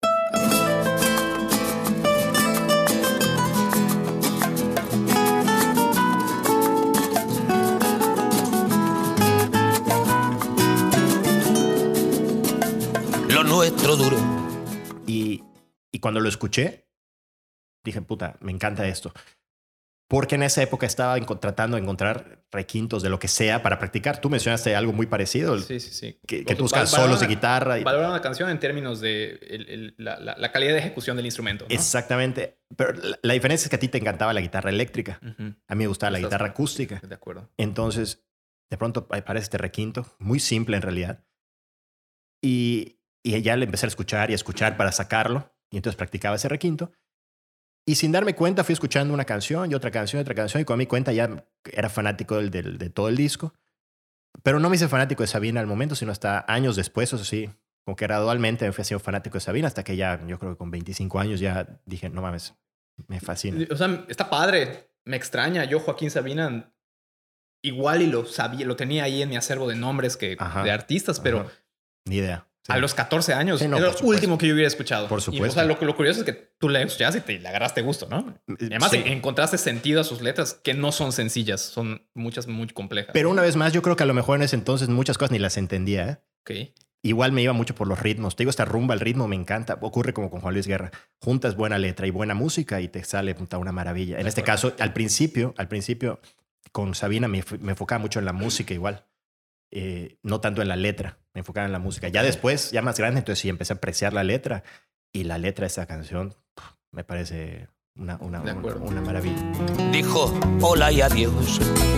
Lo nuestro duro. Y cuando lo escuché, dije, puta, me encanta esto. Porque en esa época estaba tratando de encontrar requintos de lo que sea para practicar. Tú mencionaste algo muy parecido. Sí. Que tú buscas solos de guitarra. Valorar una canción en términos de la calidad de ejecución del instrumento, ¿no? Exactamente. Pero la diferencia es que a ti te encantaba la guitarra eléctrica. A mí me gustaba la guitarra acústica. De acuerdo. Entonces, de pronto aparece este requinto, muy simple en realidad. Y Y ya le empecé a escuchar y a escuchar para sacarlo. Y entonces practicaba ese requinto. Y sin darme cuenta fui escuchando una canción y otra canción y otra canción. Y con mi cuenta ya era fanático de todo el disco. Pero no me hice fanático de Sabina al momento, sino hasta años después. Eso sí, como que gradualmente me fui haciendo fanático de Sabina hasta que ya, yo creo que con 25 años ya dije, no mames, me fascina. O sea, está padre. Me extraña. Yo, Joaquín Sabina, igual y lo sabía, lo tenía ahí en mi acervo de nombres que Ajá. de artistas, pero Ajá. Ni idea. Sí. a los 14 años Sí, no, era por lo supuesto. último que yo hubiera escuchado. Por Y, supuesto. o sea, lo curioso es que tú le escuchaste y le agarraste gusto, ¿no? Y además Sí. encontraste sentido a sus letras que no son sencillas, son muchas muy complejas. Pero una vez más, yo creo que a lo mejor en ese entonces muchas cosas ni las entendía, ¿eh? Ok. Igual me iba mucho por los ritmos. Te digo, esta rumba, el ritmo me encanta. Ocurre como con Juan Luis Guerra. Juntas buena letra y buena música y te sale puta, una maravilla. En este caso, al principio, con Sabina me enfocaba mucho en la música igual. No tanto en la letra. Me enfocaba en la música. Ya después, ya más grande, entonces sí empecé a apreciar la letra. Y la letra de esta canción me parece una maravilla. Dijo hola y adiós.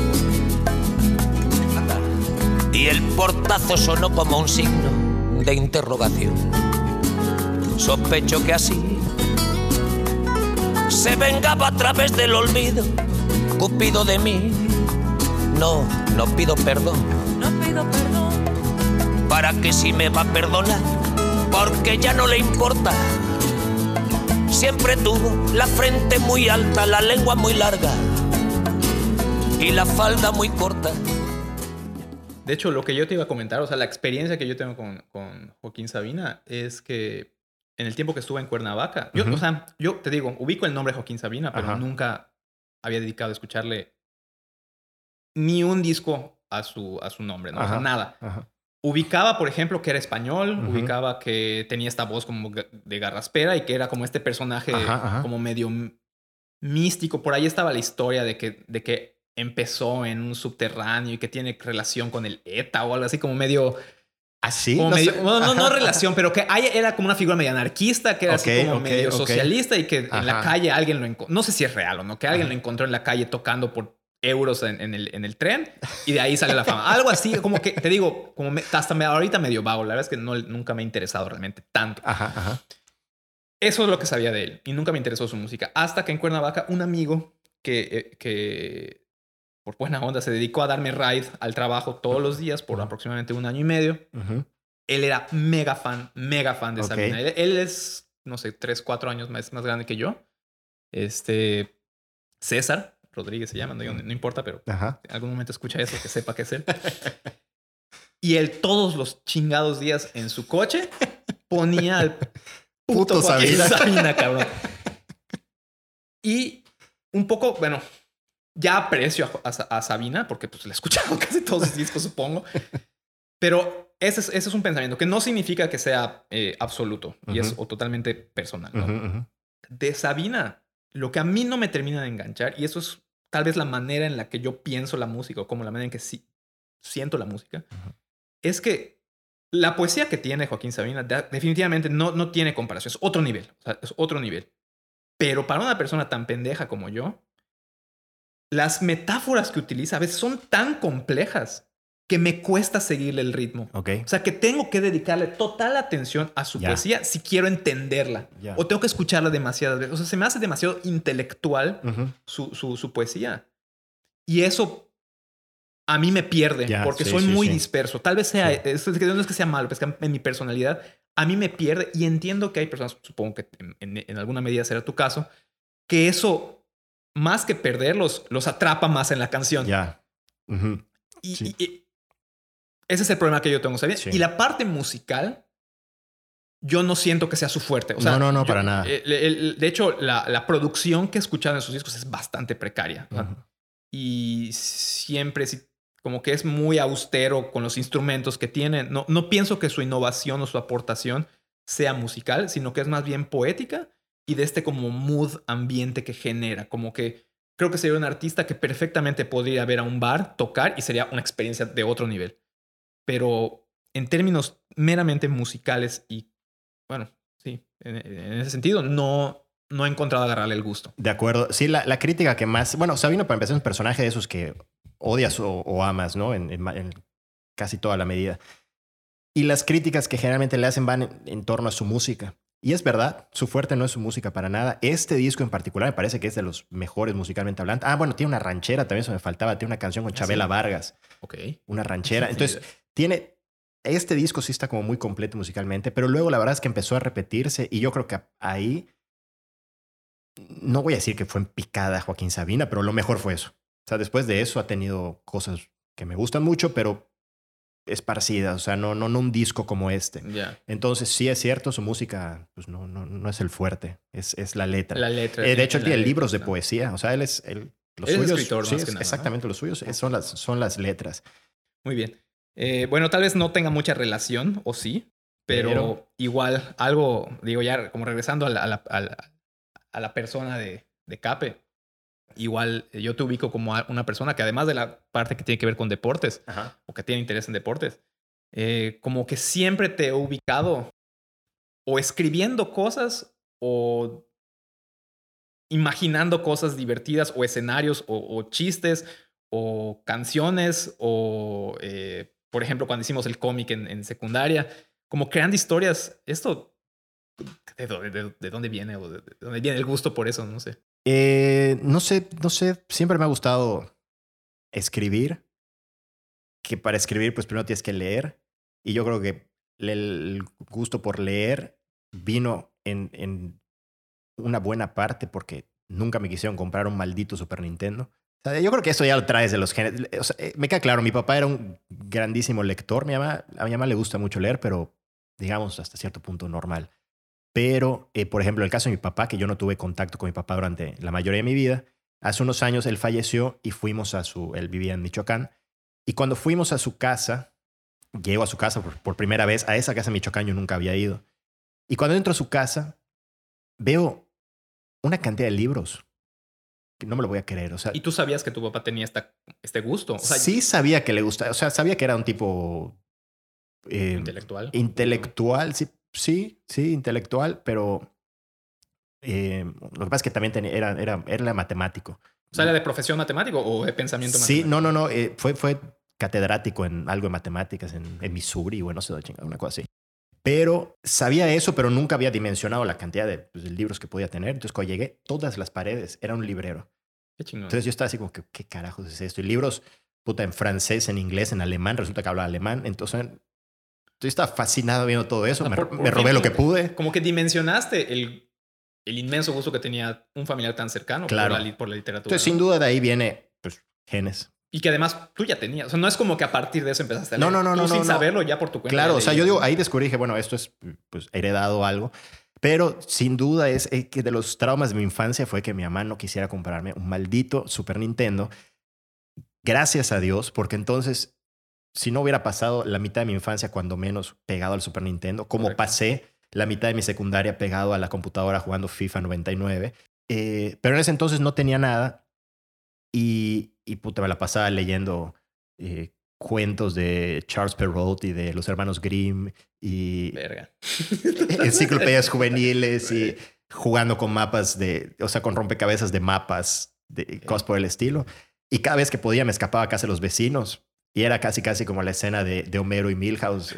Y el portazo sonó como un signo de interrogación. Sospecho que así se vengaba a través del olvido, Cupido de mí. No pido perdón. No pido perdón. ¿Para que si me va a perdonar? Porque ya no le importa. Siempre tuvo la frente muy alta, la lengua muy larga y la falda muy corta. De hecho, lo que yo te iba a comentar, o sea, la experiencia que yo tengo con Joaquín Sabina es que en el tiempo que estuve en Cuernavaca, Ujú. o sea, yo te digo, ubico el nombre de Joaquín Sabina, pero Ajá. nunca había dedicado a escucharle ni un disco a su nombre, ¿no? O sea, Ajá. nada. Ajá. Ubicaba, por ejemplo, que era español, Ujú. ubicaba que tenía esta voz como de garraspera y que era como este personaje Ajá. como medio místico. Por ahí estaba la historia de que empezó en un subterráneo y que tiene relación con el ETA o algo así como medio... ¿Así? Como No medio- sé. bueno, no Ajá. relación, pero que era como una figura medio anarquista, que era así Ok, como ok, medio ok. socialista y que en la Ajá. calle alguien lo encontró. No sé si es real o no, que alguien Ajá. lo encontró en la calle tocando por euros en el tren y de ahí sale la fama. Algo así, como que te digo, como ahorita medio vago. La verdad es que nunca me ha interesado realmente tanto. Ajá. Eso es lo que sabía de él y nunca me interesó su música. Hasta que en Cuernavaca un amigo que por buena onda se dedicó a darme ride al trabajo todos los días por aproximadamente 1 año y medio. Ujú. Él era mega fan de Ok. Sabina. Él es, no sé, 3, 4 años más grande que yo. César Rodríguez se llama, no importa, pero Ajá. en algún momento escucha eso, que sepa que es él. Y él todos los chingados días en su coche ponía al Puto Joaquín Sabina. Sabina, cabrón. Y un poco, bueno, ya aprecio a Sabina porque pues le he escuchado casi todos sus discos, supongo. Pero ese es un pensamiento que no significa que sea absoluto y es Ujú. totalmente personal, ¿no? Ujú. De Sabina, lo que a mí no me termina de enganchar, y eso es tal vez la manera en la que yo pienso la música o como la manera en que sí siento la música, es que la poesía que tiene Joaquín Sabina definitivamente no tiene comparación. Es otro nivel. O sea, es otro nivel. Pero para una persona tan pendeja como yo, las metáforas que utiliza a veces son tan complejas que me cuesta seguirle el ritmo. Ok. O sea, que tengo que dedicarle total atención a su Ya. poesía si quiero entenderla. Ya. O tengo que escucharla demasiadas veces. O sea, se me hace demasiado intelectual Ujú. su poesía. Y eso a mí me pierde Ya, porque sí, soy sí, muy sí. disperso. Tal vez sea, Sí. no es que sea malo, es que en mi personalidad a mí me pierde y entiendo que hay personas, supongo que en alguna medida será tu caso, que eso, más que perderlos, los atrapa más en la canción. Ya. Ujú. Y, Sí. y ese es el problema que yo tengo, ¿sabes? Sí. Y la parte musical, yo no siento que sea su fuerte. O sea, No, para nada. De hecho, la producción que he escuchado en sus discos es bastante precaria. O sea, Ujú. y siempre como que es muy austero con los instrumentos que tiene. No pienso que su innovación o su aportación sea musical, sino que es más bien poética y de este como mood ambiente que genera. Como que creo que sería un artista que perfectamente podría ir a un bar, tocar y sería una experiencia de otro nivel. Pero en términos meramente musicales y, bueno, sí, en ese sentido, no he encontrado agarrarle el gusto. De acuerdo. Sí, la crítica que más... Bueno, Sabino, para empezar, es un personaje de esos que odias o amas, ¿no? En casi toda la medida. Y las críticas que generalmente le hacen van en torno a su música. Y es verdad, su fuerte no es su música para nada. Este disco en particular me parece que es de los mejores musicalmente hablando. Ah, bueno, tiene una ranchera, también eso me faltaba. Tiene una canción con Chabela Vargas. Ok. Una ranchera. Sí, Entonces, tiene... Este disco sí está como muy completo musicalmente, pero luego la verdad es que empezó a repetirse y yo creo que ahí... No voy a decir que fue en picada Joaquín Sabina, pero lo mejor fue eso. O sea, después de eso ha tenido cosas que me gustan mucho, pero esparcidas. O sea, no un disco como este. Ya. Entonces, sí es cierto, su música pues no es el fuerte, es la letra. La letra. De hecho, él la tiene letra, libros de ¿no? poesía. O sea, los Él es suyos... escritor, sí, más que nada, ¿no? exactamente, los suyos son las letras. Muy bien. Bueno, tal vez no tenga mucha relación, o sí, pero igual algo, digo, ya como regresando a la persona de Cape, igual yo te ubico como una persona que además de la parte que tiene que ver con deportes, Ajá. o que tiene interés en deportes, como que siempre te he ubicado o escribiendo cosas o imaginando cosas divertidas o escenarios o chistes o canciones o, por ejemplo, cuando hicimos el cómic en secundaria, como creando historias. Esto, ¿de dónde viene? ¿O de dónde viene el gusto por eso? No sé. No sé. Siempre me ha gustado escribir. Que para escribir, pues primero tienes que leer. Y yo creo que el gusto por leer vino en una buena parte porque nunca me quisieron comprar un maldito Super Nintendo. O sea, yo creo que eso ya lo traes de los genes. O sea, me queda claro, mi papá era un grandísimo lector. A mi mamá le gusta mucho leer, pero digamos hasta cierto punto normal. Pero, por ejemplo, el caso de mi papá, que yo no tuve contacto con mi papá durante la mayoría de mi vida, hace unos años él falleció y fuimos él vivía en Michoacán, y cuando fuimos a su casa, llego a su casa por primera vez, a esa casa en Michoacán yo nunca había ido, y cuando entro a su casa, veo una cantidad de libros que no me lo voy a creer. O sea, ¿Y tú sabías que tu papá tenía este gusto? O sea, sí sabía que le gustaba, o sea, sabía que era un tipo... intelectual. Intelectual, sí, intelectual, pero lo que pasa es que también era matemático. O sea, ¿era de profesión matemático o de pensamiento Sí, matemático? no, fue catedrático en algo de matemáticas en Missouri, bueno, no sé, una cosa así. Pero sabía eso, pero nunca había dimensionado la cantidad de libros que podía tener. Entonces, cuando llegué, todas las paredes era un librero. Qué chingón. Entonces yo estaba así como que, ¿qué carajos es esto? Y libros, puta, en francés, en inglés, en alemán. Resulta que hablaba alemán. Entonces, yo estaba fascinado viendo todo eso. O sea, Me robé lo que pude. Como que dimensionaste el inmenso gusto que tenía un familiar tan cercano Claro. por la literatura. Entonces, ¿no? sin duda, de ahí viene, pues, genes. Y que además tú ya tenías. O sea, no es como que a partir de eso empezaste a leer. No, Tú sin no. saberlo ya por tu cuenta. Claro, ya o sea, leías, yo digo, ¿no? ahí descubrí, dije, bueno, esto es, pues, heredado algo. Pero sin duda es que de los traumas de mi infancia fue que mi mamá no quisiera comprarme un maldito Super Nintendo. Gracias a Dios, porque entonces, si no hubiera pasado la mitad de mi infancia, cuando menos, pegado al Super Nintendo, como Correcto. pasé la mitad de mi secundaria pegado a la computadora jugando FIFA 99. Pero en ese entonces no tenía nada y puta, me la pasaba leyendo cuentos de Charles Perrault y de los hermanos Grimm y Verga. enciclopedias juveniles y jugando con mapas con rompecabezas de mapas, de cosas por el estilo. Y cada vez que podía me escapaba a casa de los vecinos y era casi como la escena de Homero y Milhouse.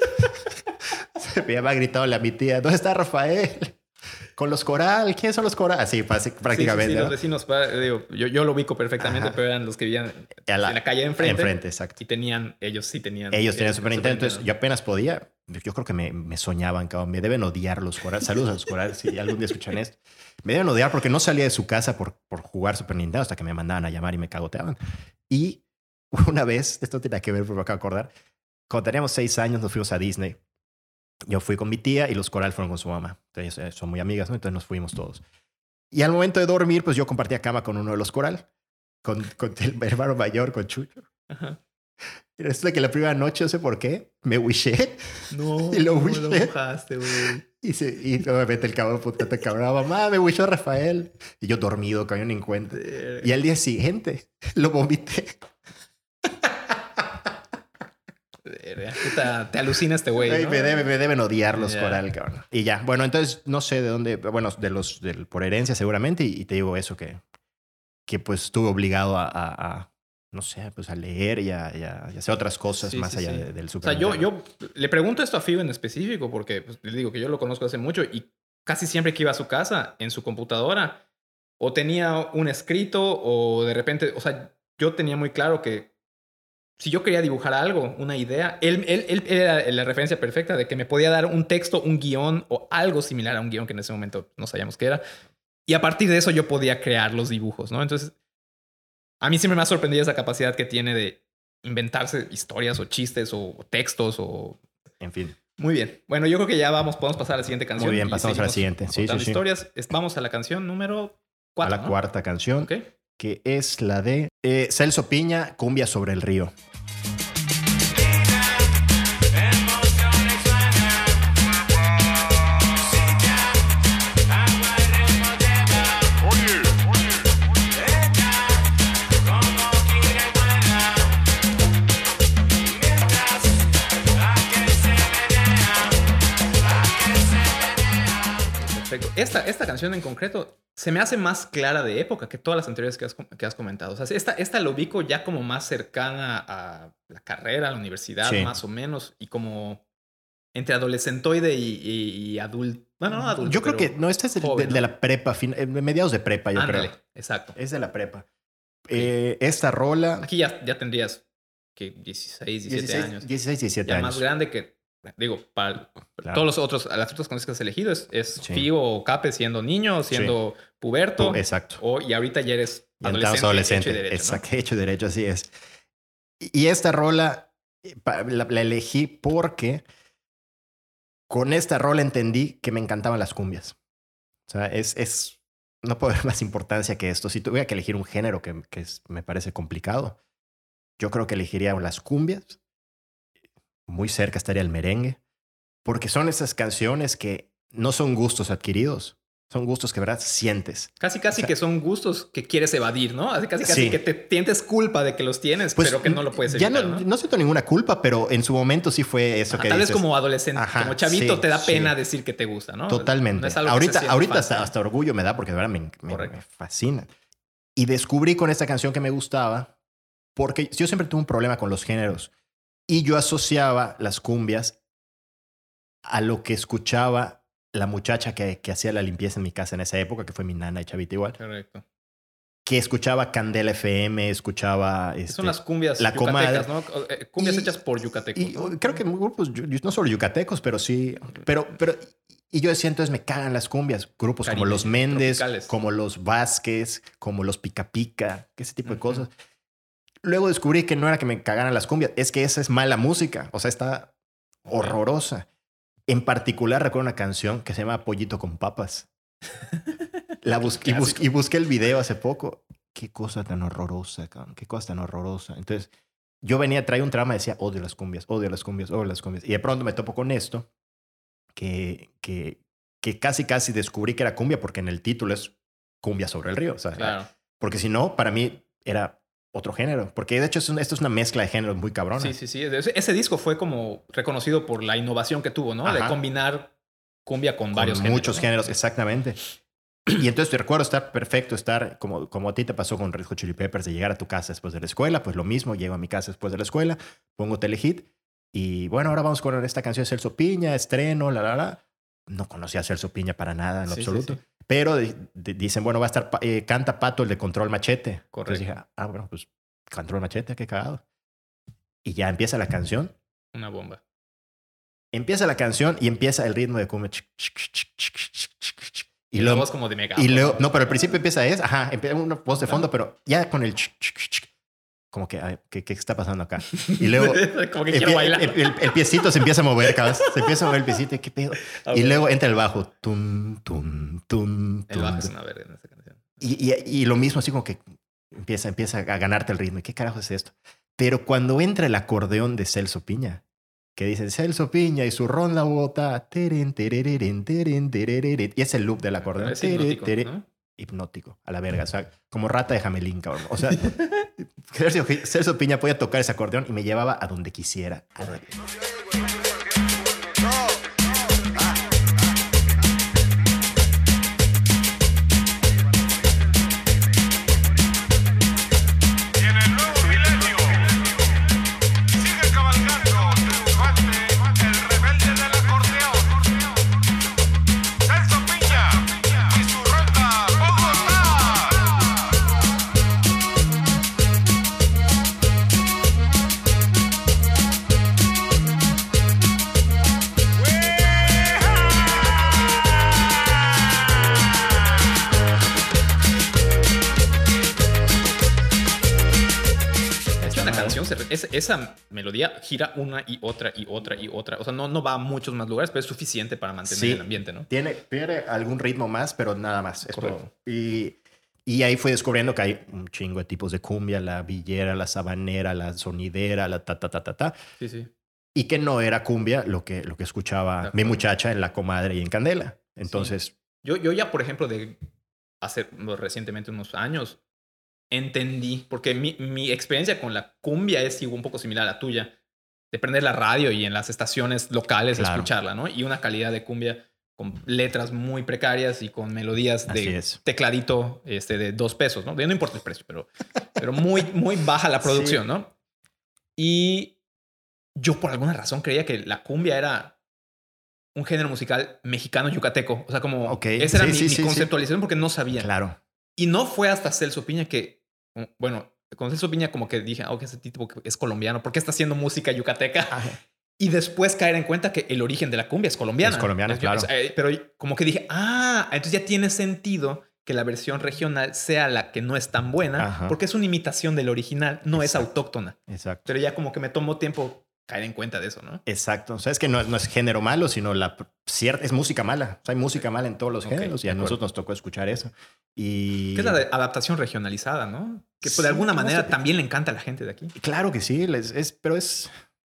Me había gritado a mi tía, ¿dónde está Rafael? Con los Coral, ¿quiénes son los Coral? Así, prácticamente. Sí, ¿no? los vecinos, digo, yo lo ubico perfectamente, Ajá. pero eran los que vivían En en la calle de enfrente. Enfrente, exacto. Y ellos sí tenían. Ellos tenían Super Nintendo, entonces yo apenas podía. Yo creo que me soñaban, cabrón. Me deben odiar los Coral. Saludos a los Coral si algún día escuchan esto. Me deben odiar porque no salía de su casa por jugar Super Nintendo hasta que me mandaban a llamar y me cagoteaban. Y una vez, esto tiene que ver, pero me acabo de acordar, cuando teníamos 6 años nos fuimos a Disney. Yo fui con mi tía y los Coral fueron con su mamá. Entonces son muy amigas, ¿no? Entonces nos fuimos todos. Y al momento de dormir, pues yo compartía cama con uno de los Coral, con el hermano mayor, con Chucho. Ajá. Y resulta que la primera noche, no sé por qué, me wishé. No, Y lo no wishé. lo mojaste, güey. Y obviamente el cabrón, puta, te cabrón. Mamá, me wishó Rafael. Y yo dormido, cabrón, ni en cuenta. Y al día siguiente lo vomité. Puta, te alucina este güey, Ay, ¿no? me deben odiar los Ya. Coral, cabrón. Y ya, bueno, entonces no sé de dónde, bueno, por herencia seguramente, y te digo eso que pues estuve obligado a no sé, pues a leer y a hacer otras cosas Sí, más sí, allá sí. del O Super sea, yo Nintendo. le pregunto esto a Fibo en específico porque pues, le digo que yo lo conozco hace mucho y casi siempre que iba a su casa, en su computadora, o tenía un escrito o de repente, o sea, yo tenía muy claro que si yo quería dibujar algo, una idea, él era la referencia perfecta de que me podía dar un texto, un guión o algo similar a un guión que en ese momento no sabíamos qué era. Y a partir de eso yo podía crear los dibujos, ¿no? Entonces, a mí siempre me ha sorprendido esa capacidad que tiene de inventarse historias o chistes o textos o... En fin. Muy bien. Bueno, yo creo que ya podemos pasar a la siguiente canción. Muy bien, y pasamos a la seguimos siguiente. Sí, contando sí, sí. historias. Vamos a la canción número 4, A la cuarta canción, Ok. que es la de Celso Piña, Cumbia sobre el río. Perfecto. Esta canción en concreto se me hace más clara de época que todas las anteriores que has comentado. O sea, esta lo ubico ya como más cercana a la carrera, a la universidad, Sí. más o menos, y como entre adolescentoide y adulto. Bueno, no adulto. Yo creo pero que, no, este es joven, de ¿no? la prepa, mediados de prepa, yo Ándale, creo. exacto. Es de la prepa. Esta rola... Aquí ya tendrías que 16, 17 años. 16, 17 Ya años. más grande que, digo, para Claro. todos las otras canciones que has elegido es Sí. Fío o Cape siendo niño, siendo puberto. Exacto. Y ahorita ya eres Ya entramos adolescente. adolescente. Hecho y derecho, ¿no? Exacto, hecho y derecho, así es. Y esta rola la elegí porque con esta rola entendí que me encantaban las cumbias. O sea, no puedo ver más importancia que esto. Si tuviera que elegir un género me parece complicado, yo creo que elegiría las cumbias. Muy cerca estaría el merengue, porque son esas canciones que no son gustos adquiridos, son gustos que, verdad, sientes. Casi O sea, que son gustos que quieres evadir, ¿no? Casi Sí. que te sientes culpa de que los tienes, Pues, pero que no lo puedes ya evitar, ¿no? no siento ninguna culpa, pero en su momento sí fue eso que Tal vez dices. como adolescente, Ajá, como chavito, sí, te da sí. pena decir que te gusta, ¿no? Totalmente. No es algo que se sienta ahorita fácil. hasta orgullo me da porque de verdad me Correcto. fascina. Y descubrí con esta canción que me gustaba porque yo siempre tuve un problema con los géneros y yo asociaba las cumbias a lo que escuchaba la muchacha que hacía la limpieza en mi casa en esa época, que fue mi nana y chavita igual, Correcto. que escuchaba Candela FM, escuchaba... Son las cumbias La yucatecas, comadre. ¿no? Cumbias Y- hechas por yucatecos. Y ¿no? creo que grupos, no solo yucatecos, pero sí. Pero y yo decía, entonces me cagan las cumbias. Grupos como los Caribeños, Méndez, tropicales. como los Vázquez, como los Pica Pica, ese tipo de Ujú. cosas. Luego descubrí que no era que me cagaran las cumbias, es que esa es mala música. O sea, está horrorosa. En particular, recuerdo una canción que se llama Pollito con Papas. Clásico. Y busqué el video hace poco. Qué cosa tan horrorosa, cabrón. Qué cosa tan horrorosa. Entonces, yo traía un trama y decía, odio las cumbias, odio las cumbias, odio las cumbias. Y de pronto me topo con esto, que casi descubrí que era cumbia porque en el título es Cumbia sobre el río. O sea, Claro. porque si no, para mí era otro género. Porque de hecho esto es una mezcla de géneros muy cabrona. Sí. Ese disco fue como reconocido por la innovación que tuvo, ¿no? De Ajá. combinar cumbia con Con varios géneros. muchos ¿no? géneros, exactamente. Y entonces te recuerdo estar como a ti te pasó con Red Hot Chili Peppers, de llegar a tu casa después de la escuela, pues lo mismo, llego a mi casa después de la escuela, pongo Telehit y bueno, ahora vamos con esta canción de Celso Piña, estreno, No conocía a Celso Piña para nada en lo Sí, absoluto, sí. pero dicen, bueno, va a estar, canta Pato el de Control Machete. Correcto. Entonces dije, bueno, pues Control Machete, qué cagado. Y ya empieza la canción. Una bomba. Empieza la canción y empieza el ritmo de cumbia. Y luego es como de mega. Y luego, no, pero al principio empieza empieza una voz de fondo, pero ya con el como que, ay, ¿qué está pasando acá? Y luego como que quiero bailar. el piecito se empieza a mover, cabrón. Se empieza a mover el piecito, ¿qué pedo? Ah, Y bueno. luego entra el bajo. Tum, tum, tum, El bajo es tum. una verga en esa canción. Y lo mismo, así como que empieza a ganarte el ritmo. ¿Y qué carajo es esto? Pero cuando entra el acordeón de Celso Piña, que dice Celso Piña y su ron la bota, teren, terereren, teren, terereren, y es el loop del acordeón. Es hipnótico, Tere, ¿no? hipnótico, a la verga. O sea, como rata de Jamelín, cabrón. O sea, Celso Piña podía tocar ese acordeón y me llevaba a donde quisiera. En el nuevo milenio canción, esa melodía gira una y otra y otra y otra. O sea, no va a muchos más lugares, pero es suficiente para mantener Sí. el ambiente, ¿no? Tiene algún ritmo más, pero nada más. Es Correcto. todo. Y ahí fui descubriendo que hay un chingo de tipos de cumbia, la villera, la sabanera, la sonidera, la ta. Sí, sí. Y que no era cumbia lo que escuchaba De mi acuerdo. muchacha en La Comadre y en Candela. Entonces, Yo ya, por ejemplo, de hace recientemente unos años, entendí, porque mi experiencia con la cumbia es igual, un poco similar a la tuya, de prender la radio y en las estaciones locales Claro. escucharla, ¿no? Y una calidad de cumbia con letras muy precarias y con melodías Así de es. tecladito de 2 pesos, ¿no? No importa el precio, pero muy, muy baja la producción, Sí. ¿no? Y yo por alguna razón creía que la cumbia era un género musical mexicano yucateco. O sea, como Ok. esa era Sí, mi sí, sí, conceptualización porque no sabía. claro. Y no fue hasta Celso Piña que, bueno, con Celso Piña como que dije, ok, ese tipo es colombiano, ¿por qué está haciendo música yucateca? Ajá. Y después caer en cuenta que el origen de la cumbia es colombiana. Es colombiana, claro. Pero como que dije, entonces ya tiene sentido que la versión regional sea la que no es tan buena, Ajá. porque es una imitación del original, no es Exacto. autóctona. Exacto. Pero ya como que me tomó tiempo caer en cuenta de eso, ¿no? Exacto. O sea, es que no es género malo, sino es música mala. O sea, hay música mala en todos los Ok, géneros y de a acuerdo. nosotros nos tocó escuchar eso. Y Que es la adaptación regionalizada, ¿no? Que Sí, de alguna no manera sé. también le encanta a la gente de aquí. claro que sí, pero es...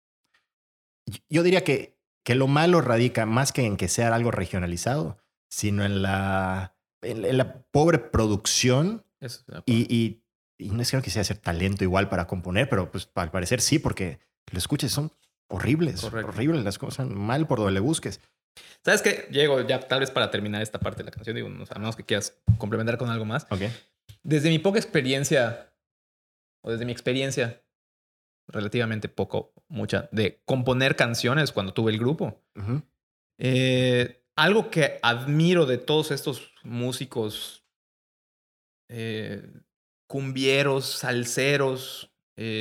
Yo diría que lo malo radica más que en que sea algo regionalizado, sino en la pobre producción Eso, de acuerdo. y no es que sea hacer talento igual para componer, pero pues al parecer sí, porque lo escuches son horribles, Correcto. horribles las cosas, mal por donde le busques. ¿Sabes qué? Diego, ya tal vez para terminar esta parte de la canción, digo, a menos que quieras complementar con algo más. Ok. Desde mi poca experiencia, o desde mi experiencia, relativamente mucha, de componer canciones cuando tuve el grupo, Ujú. algo que admiro de todos estos músicos cumbieros, salseros,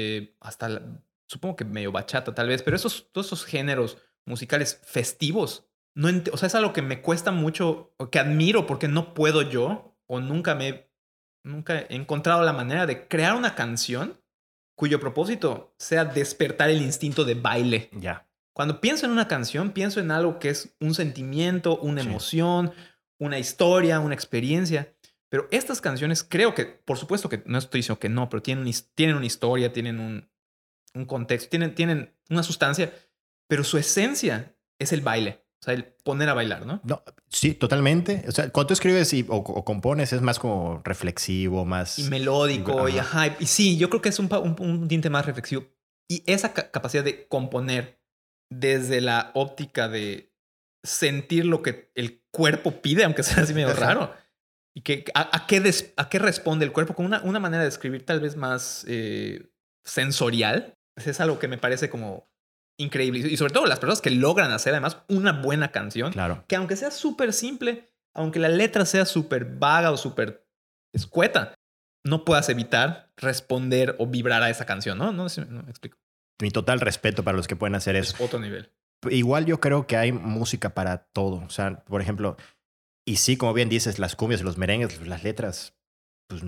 supongo que medio bachata tal vez, pero todos esos géneros musicales festivos, o sea, es algo que me cuesta mucho, o que admiro porque no puedo yo, o nunca he encontrado la manera de crear una canción cuyo propósito sea despertar el instinto de baile. Ya. Cuando pienso en una canción, pienso en algo que es un sentimiento, una Sí. emoción, una historia, una experiencia. Pero estas canciones creo que, por supuesto que no estoy diciendo que no, pero tienen una historia, tienen un contexto, tienen una sustancia, pero su esencia es el baile. O sea, el poner a bailar, ¿no? No, sí, totalmente. O sea, cuando tú escribes o compones es más como reflexivo, más... Y melódico, y Ajá. ajá. Y sí, yo creo que es un tinte más reflexivo. Y esa capacidad de componer desde la óptica de sentir lo que el cuerpo pide, aunque sea así medio Ajá. raro. Y que a qué responde el cuerpo con una manera de escribir tal vez más sensorial. Es algo que me parece como increíble. Y sobre todo las personas que logran hacer además una buena canción. Claro. Que aunque sea súper simple, aunque la letra sea súper vaga o súper escueta, no puedas evitar responder o vibrar a esa canción, ¿no? No sé, no me explico. Mi total respeto para los que pueden hacer eso. Es otro nivel. Igual yo creo que hay música para todo. O sea, por ejemplo, y sí, como bien dices, las cumbias y los merengues, las letras, pues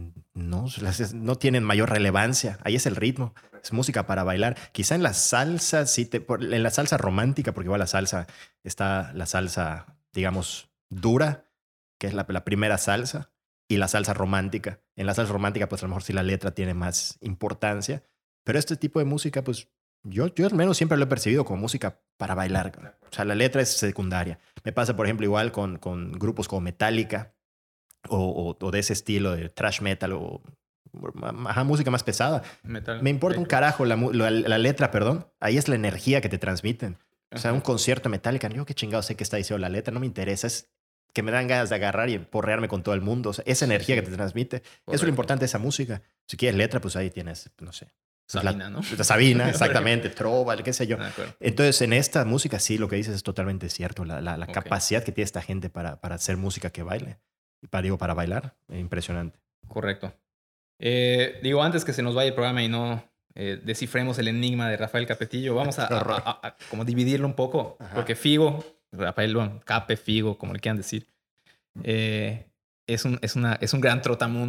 no tienen mayor relevancia. Ahí es el ritmo. Es música para bailar. Quizá en la salsa, en la salsa romántica, porque igual está la salsa, digamos, dura, que es la primera salsa, y la salsa romántica. En la salsa romántica, pues a lo mejor sí la letra tiene más importancia. Pero este tipo de música, pues yo al menos siempre lo he percibido como música para bailar. O sea, la letra es secundaria. Me pasa, por ejemplo, igual con grupos como Metallica o de ese estilo de thrash metal o música más pesada. Metal. Me importa un carajo la letra, perdón. Ahí es la energía que te transmiten. O sea, Ajá. un concierto de Metallica, yo qué chingado sé qué está diciendo la letra, no me interesa. Es que me dan ganas de agarrar y porrearme con todo el mundo. O sea, esa energía que te transmite. Eso es Correcto. lo importante de esa música. Si quieres letra, pues ahí tienes, no sé. Sabina, ¿no? Sabina, exactamente. Trova, qué sé yo. De acuerdo. Entonces, en esta música, sí, lo que dices es totalmente cierto. La Ok. capacidad que tiene esta gente para hacer música que baile. Para bailar. Impresionante. Correcto. Digo, antes que se nos vaya el programa y no descifremos el enigma de Rafael Capetillo, vamos a como dividirlo un poco. Ajá. Porque Figo, Rafael, bueno, Cape, Figo, como le quieran decir, es un gran trotamundos.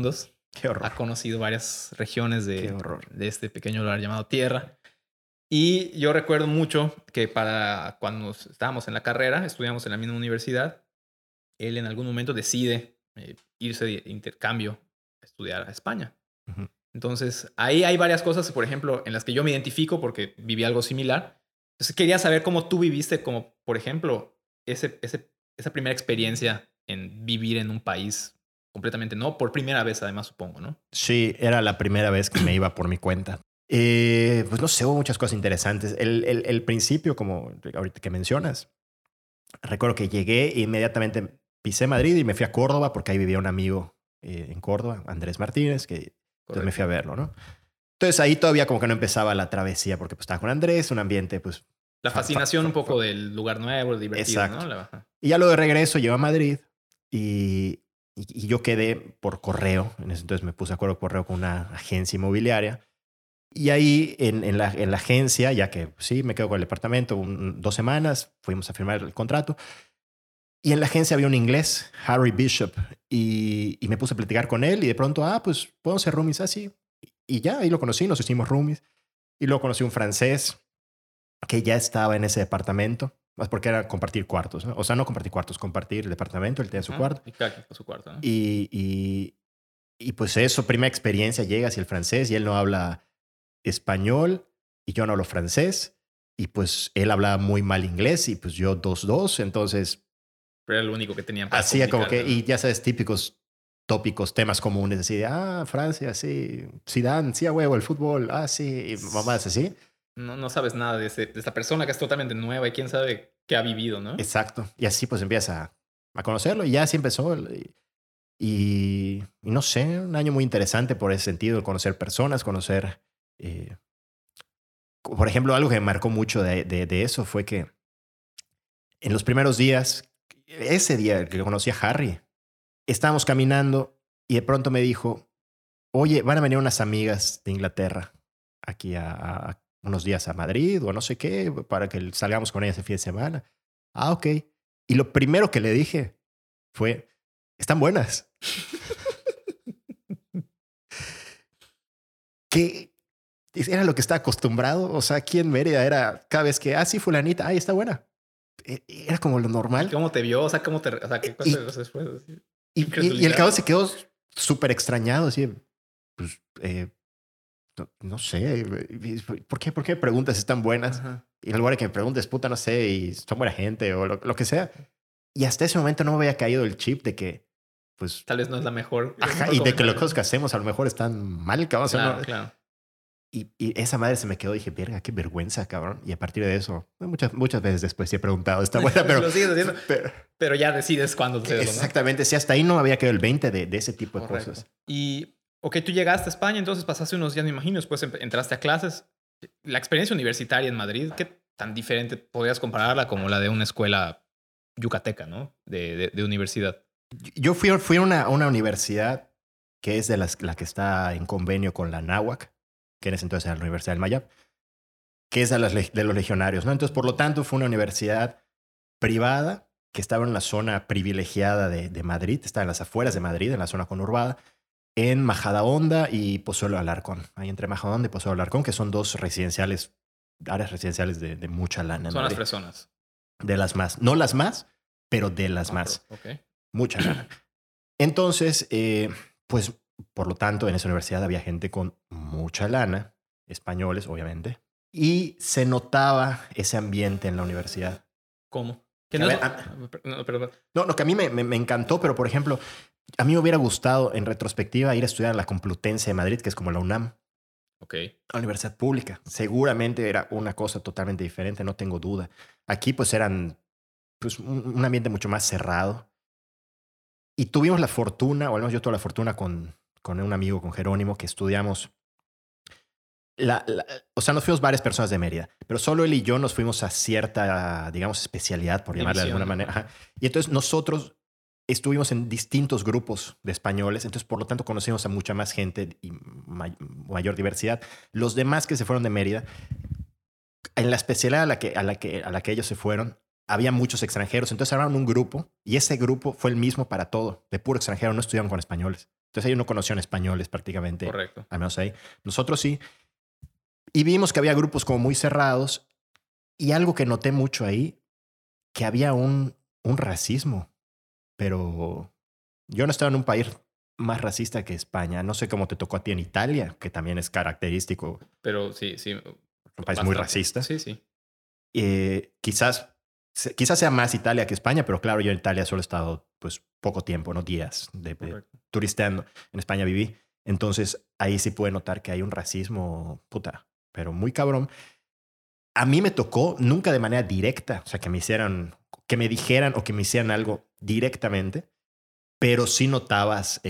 Qué horror. Ha conocido varias regiones Qué horror. de este pequeño lugar llamado Tierra. Y yo recuerdo mucho que para cuando estábamos en la carrera, estudiamos en la misma universidad, él en algún momento decide irse de intercambio a estudiar a España. Ujú. Entonces, ahí hay varias cosas, por ejemplo, en las que yo me identifico porque viví algo similar. Entonces, quería saber cómo tú viviste, como, por ejemplo, esa primera experiencia en vivir en un país completamente, ¿no? Por primera vez, además, supongo, ¿no? Sí, era la primera vez que me iba por mi cuenta. Pues no sé, hubo muchas cosas interesantes. El principio, como ahorita que mencionas, recuerdo que llegué e inmediatamente pisé Madrid y me fui a Córdoba porque ahí vivía un amigo en Córdoba, Andrés Martínez, que entonces me fui a verlo, ¿no? Entonces ahí todavía como que no empezaba la travesía porque pues, estaba con Andrés, un ambiente pues... La fascinación un poco del lugar nuevo, divertido, Exacto. ¿no? Y ya luego de regreso llego a Madrid y yo quedé por correo. En ese entonces me puse de acuerdo por correo con una agencia inmobiliaria. Y ahí en la agencia, ya que sí, me quedo con el departamento 2 semanas, fuimos a firmar el contrato. Y en la agencia había un inglés, Harry Bishop, y me puse a platicar con él y de pronto, pues podemos ser roomies así. Y ya, ahí lo conocí, nos hicimos roomies. Y luego conocí un francés que ya estaba en ese departamento, más porque era compartir cuartos, ¿no? O sea, no compartir cuartos, compartir el departamento, él tenía su cuarto. Y cada quien con su cuarto, ¿no? Y pues eso, primera experiencia, llegas y el francés y él no habla español y yo no hablo francés y pues él hablaba muy mal inglés y pues yo 2-2, entonces Pero era lo único que tenían para hacía como que, comunicarse, ¿no? y ya sabes, típicos tópicos, temas comunes, así de, Francia, sí, Zidane, sí, a huevo, el fútbol, sí, y mamás así. No sabes nada de esta persona que es totalmente nueva y quién sabe qué ha vivido, ¿no? Exacto, y así pues empiezas a conocerlo y ya así empezó. Y no sé, un año muy interesante por ese sentido, conocer personas, conocer... por ejemplo, algo que me marcó mucho de eso fue que en los primeros días, ese día que conocí a Harry, estábamos caminando y de pronto me dijo, oye, van a venir unas amigas de Inglaterra aquí a unos días a Madrid o no sé qué, para que salgamos con ellas el fin de semana. Ok. Y lo primero que le dije fue, están buenas. Que era lo que estaba acostumbrado. O sea, aquí en Mérida era cada vez que, sí, fulanita, está buena. Era como lo normal. ¿Cómo te vio? O sea, ¿qué cosas fue? Y el cabrón se quedó súper extrañado, así, pues, no sé, ¿por qué me preguntas si están buenas? Ajá. Y en lugar de que me preguntes, puta, no sé, y son buena gente o lo que sea. Y hasta ese momento no me había caído el chip de que, pues... Tal vez no es la mejor. Ajá, y de que las cosas que hacemos a lo mejor están mal, cabrón. Claro, ¿no? claro. Y esa madre se me quedó y dije, verga, qué vergüenza, cabrón. Y a partir de eso, muchas veces después sí he preguntado, ¿está buena? Pero, Lo sigues haciendo, pero ya decides cuándo hacerlo, ¿no? Exactamente, sí, hasta ahí no me había quedado el 20 de ese tipo de Correcto. cosas. Y, tú llegaste a España, entonces pasaste unos días, me imagino, después entraste a clases. La experiencia universitaria en Madrid, ¿qué tan diferente podrías compararla como la de una escuela yucateca, ¿no? De universidad. Yo fui a una universidad que es la que está en convenio con la Náhuac, que en ese entonces era la Universidad del Mayab, que es de los legionarios, ¿no? Entonces, por lo tanto, fue una universidad privada que estaba en la zona privilegiada de Madrid, estaba en las afueras de Madrid, en la zona conurbada, en Majadahonda y Pozuelo de Alarcón. Ahí entre Majadahonda y Pozuelo de Alarcón, que son dos áreas residenciales de mucha lana. en Son las Madrid. personas. De las más. No las más, pero de las más. Ok. Mucha lana. Entonces, pues, por lo tanto, en esa universidad había gente con mucha lana, españoles, obviamente, y se notaba ese ambiente en la universidad. ¿Cómo? Que No, a ver, no, perdón. No, lo que a mí me encantó, pero por ejemplo, a mí me hubiera gustado en retrospectiva ir a estudiar a la Complutense de Madrid, que es como la UNAM, Ok. la universidad pública. Seguramente era una cosa totalmente diferente, no tengo duda. Aquí pues eran pues, un ambiente mucho más cerrado. Y tuvimos la fortuna, o al menos yo tuve la fortuna con un amigo, con Jerónimo, que estudiamos. O sea, nos fuimos varias personas de Mérida, pero solo él y yo nos fuimos a cierta, digamos, especialidad, por llamarle de alguna manera. Ajá. Y entonces nosotros estuvimos en distintos grupos de españoles, entonces por lo tanto conocimos a mucha más gente y mayor diversidad. Los demás que se fueron de Mérida, en la especialidad a la que ellos se fueron, había muchos extranjeros, entonces armaron un grupo y ese grupo fue el mismo para todo, de puro extranjero, no estudiaron con españoles. Entonces ahí no conocían españoles prácticamente, Correcto. al menos ahí. Nosotros sí. Y vimos que había grupos como muy cerrados. Y algo que noté mucho ahí, que había un racismo. Pero yo no estaba en un país más racista que España. No sé cómo te tocó a ti en Italia, que también es característico, Pero sí, sí. un país muy racista. Sí, sí. Quizás sea más Italia que España, pero claro, yo en Italia solo he estado pues poco tiempo, no días, de Correcto. turisteando. En España viví. Entonces ahí sí puede notar que hay un racismo, puta, pero muy cabrón. A mí me tocó nunca de manera directa, o sea, que me dijeran o que me hicieran algo directamente, pero sí notabas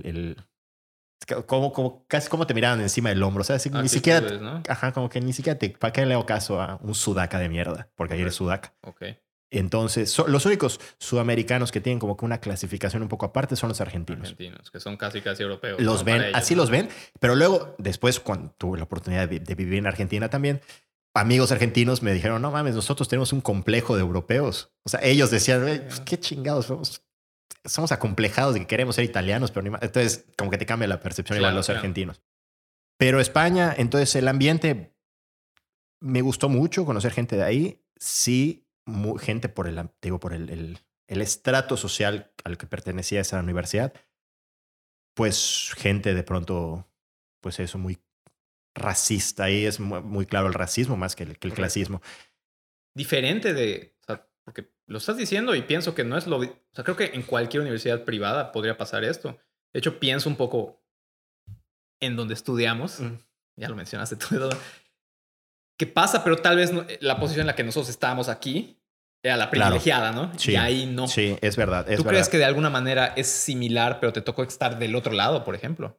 casi como te miraban encima del hombro, o sea, ni siquiera, Actitudes, ¿no? ajá, como que ni siquiera ¿para qué le hago caso a un sudaca de mierda? Porque ahí eres sudaca. Ok. Entonces, los únicos sudamericanos que tienen como que una clasificación un poco aparte son los argentinos. Argentinos, que son casi europeos. Los ¿no? ven, Para ellos, así ¿no? los ven, pero luego, después, cuando tuve la oportunidad de vivir en Argentina también, amigos argentinos me dijeron, no mames, nosotros tenemos un complejo de europeos. O sea, ellos decían, pues, qué chingados, somos acomplejados de que queremos ser italianos, pero ni más. Entonces, como que te cambia la percepción igual Claro, los claro. argentinos. Pero España, entonces el ambiente me gustó mucho conocer gente de ahí. Sí, gente por el estrato social al que pertenecía esa universidad. Pues gente de pronto, pues eso, muy racista. Ahí es muy claro el racismo más que el clasismo. Diferente de... O sea, porque lo estás diciendo y pienso que no es lo... O sea, creo que en cualquier universidad privada podría pasar esto. De hecho, pienso un poco en donde estudiamos. Ya lo mencionaste tú. ¿Qué pasa? Pero tal vez la posición en la que nosotros estábamos aquí era la privilegiada, ¿no? Sí, y ahí no. Sí, es verdad. ¿Tú crees que de alguna manera es similar, pero te tocó estar del otro lado, por ejemplo?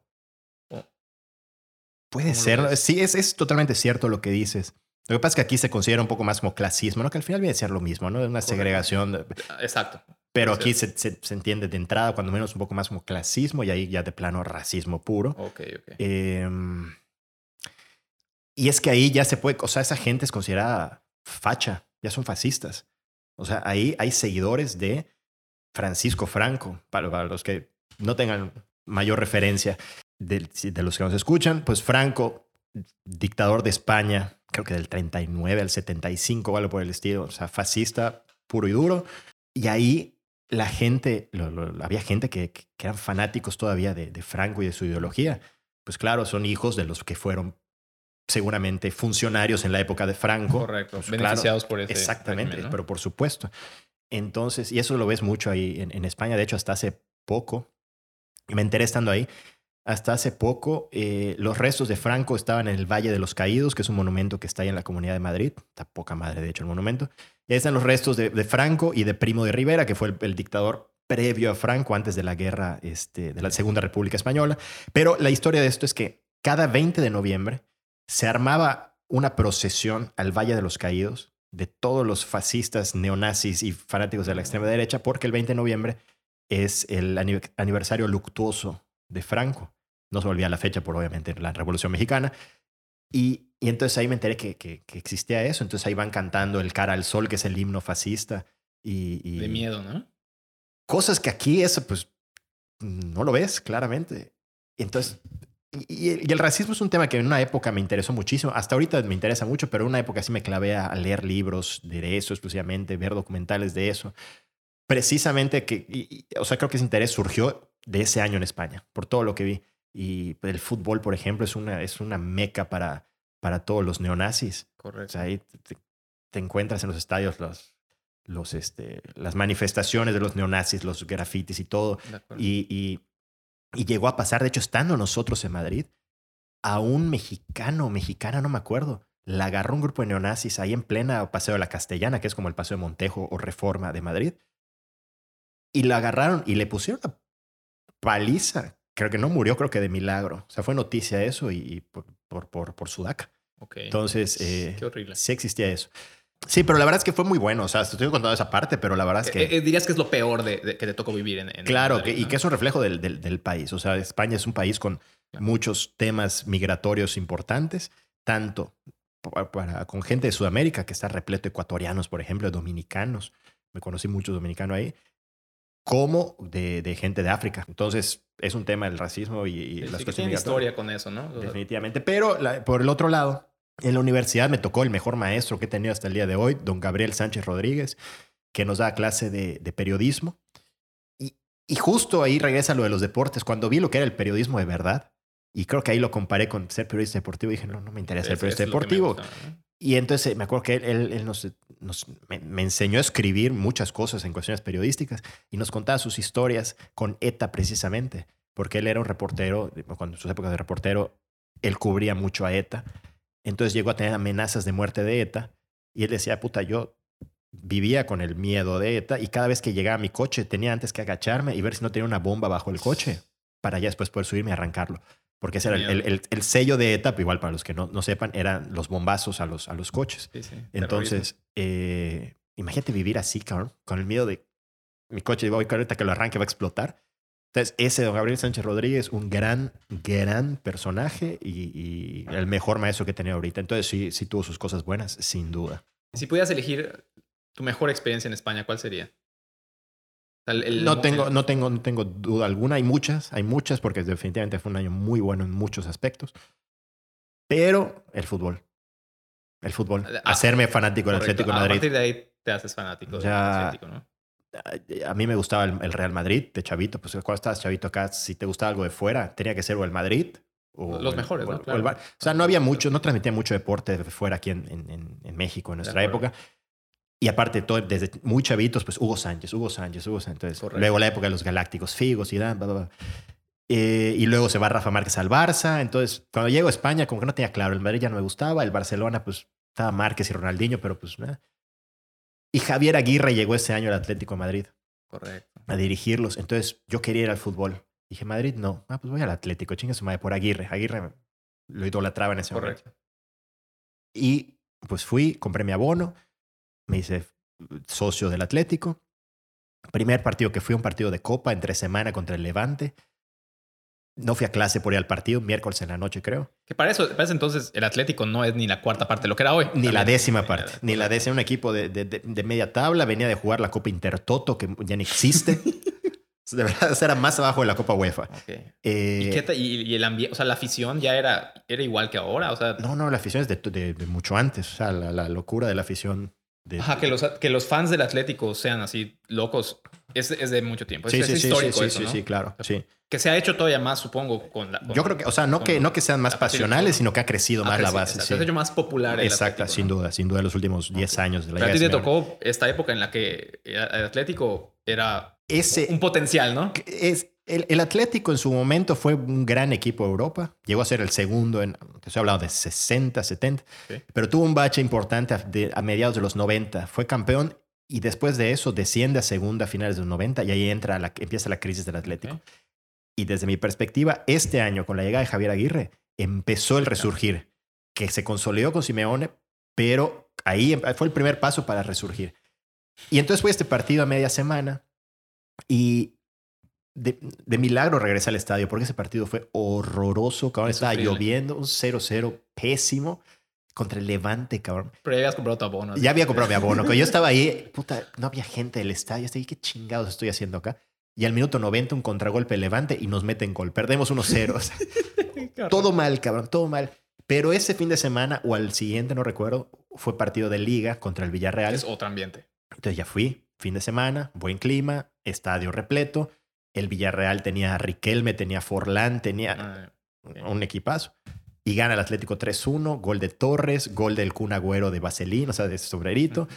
Puede ¿Cómo lo ser. ves? Sí, es totalmente cierto lo que dices. Lo que pasa es que aquí se considera un poco más como clasismo, ¿no? Que al final viene a ser lo mismo, ¿no? Una segregación. Exacto. Pero Sí. aquí se entiende de entrada, cuando menos, un poco más como clasismo y ahí ya de plano racismo puro. Ok, ok. Y es que ahí ya se puede, o sea, esa gente es considerada facha, ya son fascistas. O sea, ahí hay seguidores de Francisco Franco, para los que no tengan mayor referencia de los que nos escuchan, pues Franco, dictador de España, creo que del 39 al 75 o algo por el estilo, o sea, fascista puro y duro. Y ahí la gente, había gente que eran fanáticos todavía de Franco y de su ideología. Pues claro, son hijos de los que fueron seguramente funcionarios en la época de Franco. Correcto. Pues, Beneficiados por ese exactamente, régimen, ¿no? pero por supuesto. Entonces, y eso lo ves mucho ahí en España. De hecho, hasta hace poco, me enteré estando ahí, hasta hace poco, los restos de Franco estaban en el Valle de los Caídos, que es un monumento que está ahí en la Comunidad de Madrid. Está poca madre, de hecho, el monumento. Y ahí están los restos de Franco y de Primo de Rivera, que fue el dictador previo a Franco, antes de la guerra de la Segunda República Española. Pero la historia de esto es que cada 20 de noviembre se armaba una procesión al Valle de los Caídos de todos los fascistas, neonazis y fanáticos de la extrema derecha, porque el 20 de noviembre es el aniversario luctuoso de Franco. No se olvida la fecha por, obviamente, la Revolución Mexicana. Y entonces ahí me enteré que existía eso. Entonces ahí van cantando el Cara al Sol, que es el himno fascista. Y De miedo, ¿no? cosas que aquí eso, pues, no lo ves claramente. Entonces, y el racismo es un tema que en una época me interesó muchísimo. Hasta ahorita me interesa mucho, pero en una época sí me clavé a leer libros de eso exclusivamente, ver documentales de eso. Precisamente o sea, creo que ese interés surgió de ese año en España, por todo lo que vi. Y el fútbol, por ejemplo, es una meca para todos los neonazis. Correcto. O sea, ahí te encuentras en los estadios las manifestaciones de los neonazis, los grafitis y todo. De acuerdo. Y llegó a pasar, de hecho, estando nosotros en Madrid, a un mexicana, no me acuerdo, la agarró un grupo de neonazis ahí en plena Paseo de la Castellana, que es como el Paseo de Montejo o Reforma de Madrid. Y la agarraron y le pusieron una paliza. Creo que no murió, creo que de milagro. O sea, fue noticia eso y por Sudaca. Ok. Entonces, Qué horrible. sí existía eso. Sí, pero la verdad es que fue muy bueno. O sea, te estoy contando esa parte, pero la verdad es que... Dirías que es lo peor que te tocó vivir en claro, Madrid, y ¿no? que es un reflejo del país. O sea, España es un país con muchos temas migratorios importantes, tanto con gente de Sudamérica, que está repleto de ecuatorianos, por ejemplo, de dominicanos. Me conocí muchos dominicanos ahí, como de gente de África. Entonces, es un tema del racismo y Sí, las sí, que cuestiones tiene migratorias. historia con eso, ¿no? O sea, Definitivamente. Pero por el otro lado, en la universidad me tocó el mejor maestro que he tenido hasta el día de hoy, don Gabriel Sánchez Rodríguez, que nos da clase de periodismo. Y justo ahí regresa lo de los deportes. Cuando vi lo que era el periodismo de verdad, y creo que ahí lo comparé con ser periodista deportivo, dije, no me interesa ser periodista es lo que me deportivo. gusta, ¿no? Y entonces me acuerdo que él me enseñó a escribir muchas cosas en cuestiones periodísticas y nos contaba sus historias con ETA precisamente, porque él era un reportero, cuando en sus épocas de reportero, él cubría mucho a ETA. Entonces llegó a tener amenazas de muerte de ETA y él decía, puta, yo vivía con el miedo de ETA y cada vez que llegaba a mi coche tenía antes que agacharme y ver si no tenía una bomba bajo el coche para ya después poder subirme y arrancarlo. Porque ese era el sello de ETA, igual para los que no sepan, eran los bombazos a los coches. Sí, sí. Entonces, imagínate vivir así, cabrón, con el miedo de mi coche, voy ahorita que lo arranque va a explotar. Entonces, ese don Gabriel Sánchez Rodríguez, un gran personaje y el mejor maestro que he tenido ahorita. Entonces, sí tuvo sus cosas buenas, sin duda. Si pudieras elegir tu mejor experiencia en España, ¿cuál sería? O sea, No tengo duda alguna. Hay muchas, porque definitivamente fue un año muy bueno en muchos aspectos. Pero el fútbol. Hacerme fanático del correcto. Atlético de A Madrid. partir de ahí te haces fanático del Ya- Atlético, ¿no? A mí me gustaba el Real Madrid de chavito. Pues cuando estabas chavito acá, si te gustaba algo de fuera, tenía que ser o el Madrid o Los el- mejores, o ¿no? el- Claro. o el o sea, no había mucho, no transmitía mucho deporte de fuera aquí en México en nuestra De acuerdo. época. Y aparte, desde muy chavitos, pues Hugo Sánchez. Entonces, Correcto. luego la época de los Galácticos, Figo, Zidane, bla, bla, bla. Y luego se va Rafa Márquez al Barça. Entonces, cuando llego a España, como que no tenía claro. El Madrid ya no me gustaba. El Barcelona, pues estaba Márquez y Ronaldinho, pero pues nada. Y Javier Aguirre llegó ese año al Atlético de Madrid Correcto. a dirigirlos. Entonces, yo quería ir al fútbol. Dije, Madrid, no. Pues voy al Atlético. Chinga su madre por Aguirre. Aguirre lo idolatraba en ese momento. Correcto. Y pues fui, compré mi abono, me hice socio del Atlético. Primer partido que fui, un partido de Copa entre semana contra el Levante. No fui a clase por ir al partido, miércoles en la noche creo. Que para eso entonces el Atlético no es ni la cuarta parte de lo que era hoy. Ni la También. décima parte. Ni la décima. Un equipo de media tabla. Venía de jugar la Copa Intertoto, que ya no existe. De verdad, era más abajo de la Copa UEFA. Ok. Eh, ¿Y el ambiente? O sea, la afición ya era igual que ahora. O sea, No, la afición es de mucho antes. O sea, la locura de la afición. ajá, que los fans del Atlético sean así locos es de mucho tiempo. Sí, es histórico eso, ¿no? sí, claro. Sí. Que se ha hecho todavía más, supongo, Yo creo que, o sea, no que sean más a partir de pasionales, todo. sino que ha crecido más la base. Se Sí. ha hecho más popular el Exacto, Atlético, sin duda, los últimos 10 años de la ¿no? A ti Liga te de Simeone. tocó esta época en la que el Atlético era Ese un potencial, ¿no? es el Atlético en su momento fue un gran equipo de Europa. Llegó a ser el segundo te estoy hablando de 60, 70, Sí. pero tuvo un bache importante a mediados de los 90. Fue campeón y después de eso desciende a segunda a finales de los 90 y ahí empieza la crisis del Atlético. Ok. Y desde mi perspectiva, este año, con la llegada de Javier Aguirre, empezó el resurgir, que se consolidó con Simeone, pero ahí fue el primer paso para resurgir. Y entonces fue este partido a media semana y de milagro regresé al estadio, porque ese partido fue horroroso, cabrón. Estaba Insufrible. lloviendo, un 0-0 pésimo contra el Levante, cabrón. Pero ya habías comprado tu abono. Ya había comprado mi abono. Cuando yo estaba ahí, puta, no había gente del estadio. Estaba ahí, ¿qué chingados estoy haciendo acá? Y al minuto 90 un contragolpe Levante y nos meten gol. Perdemos 1-0. O sea, todo mal, cabrón, todo mal. Pero ese fin de semana o al siguiente, no recuerdo, fue partido de liga contra el Villarreal. Es otro ambiente. Entonces ya fui, fin de semana, buen clima, estadio repleto. El Villarreal tenía a Riquelme, tenía a Forlán, tenía un equipazo. Y gana el Atlético 3-1, gol de Torres, gol del Kun Agüero de Vaselín, o sea, de ese sombrerito.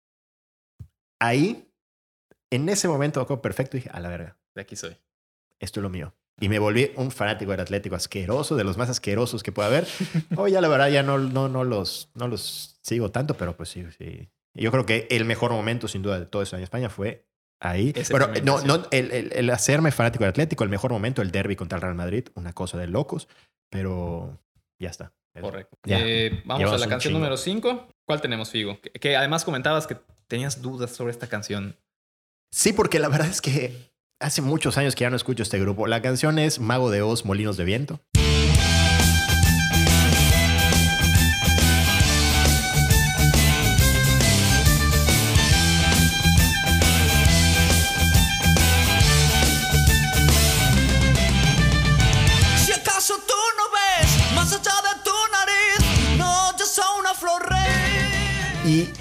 Ahí, en ese momento, me acuerdo perfecto, dije, a la verga, De aquí soy. esto es lo mío. Y me volví un fanático del Atlético asqueroso, de los más asquerosos que pueda haber. Hoy ya la verdad ya no los sigo tanto, pero pues sí. Yo creo que el mejor momento, sin duda, de todo eso en España fue ahí. Ese Bueno, momento, sí. el hacerme fanático del Atlético, el mejor momento, el derbi contra el Real Madrid, una cosa de locos, pero ya está. Correcto. Ya. Vamos a Llevamos la un canción chingo. número 5. ¿Cuál tenemos, Figo? Que además comentabas que tenías dudas sobre esta canción. Sí, porque la verdad es que hace muchos años que ya no escucho este grupo. La canción es Mago de Oz, Molinos de Viento.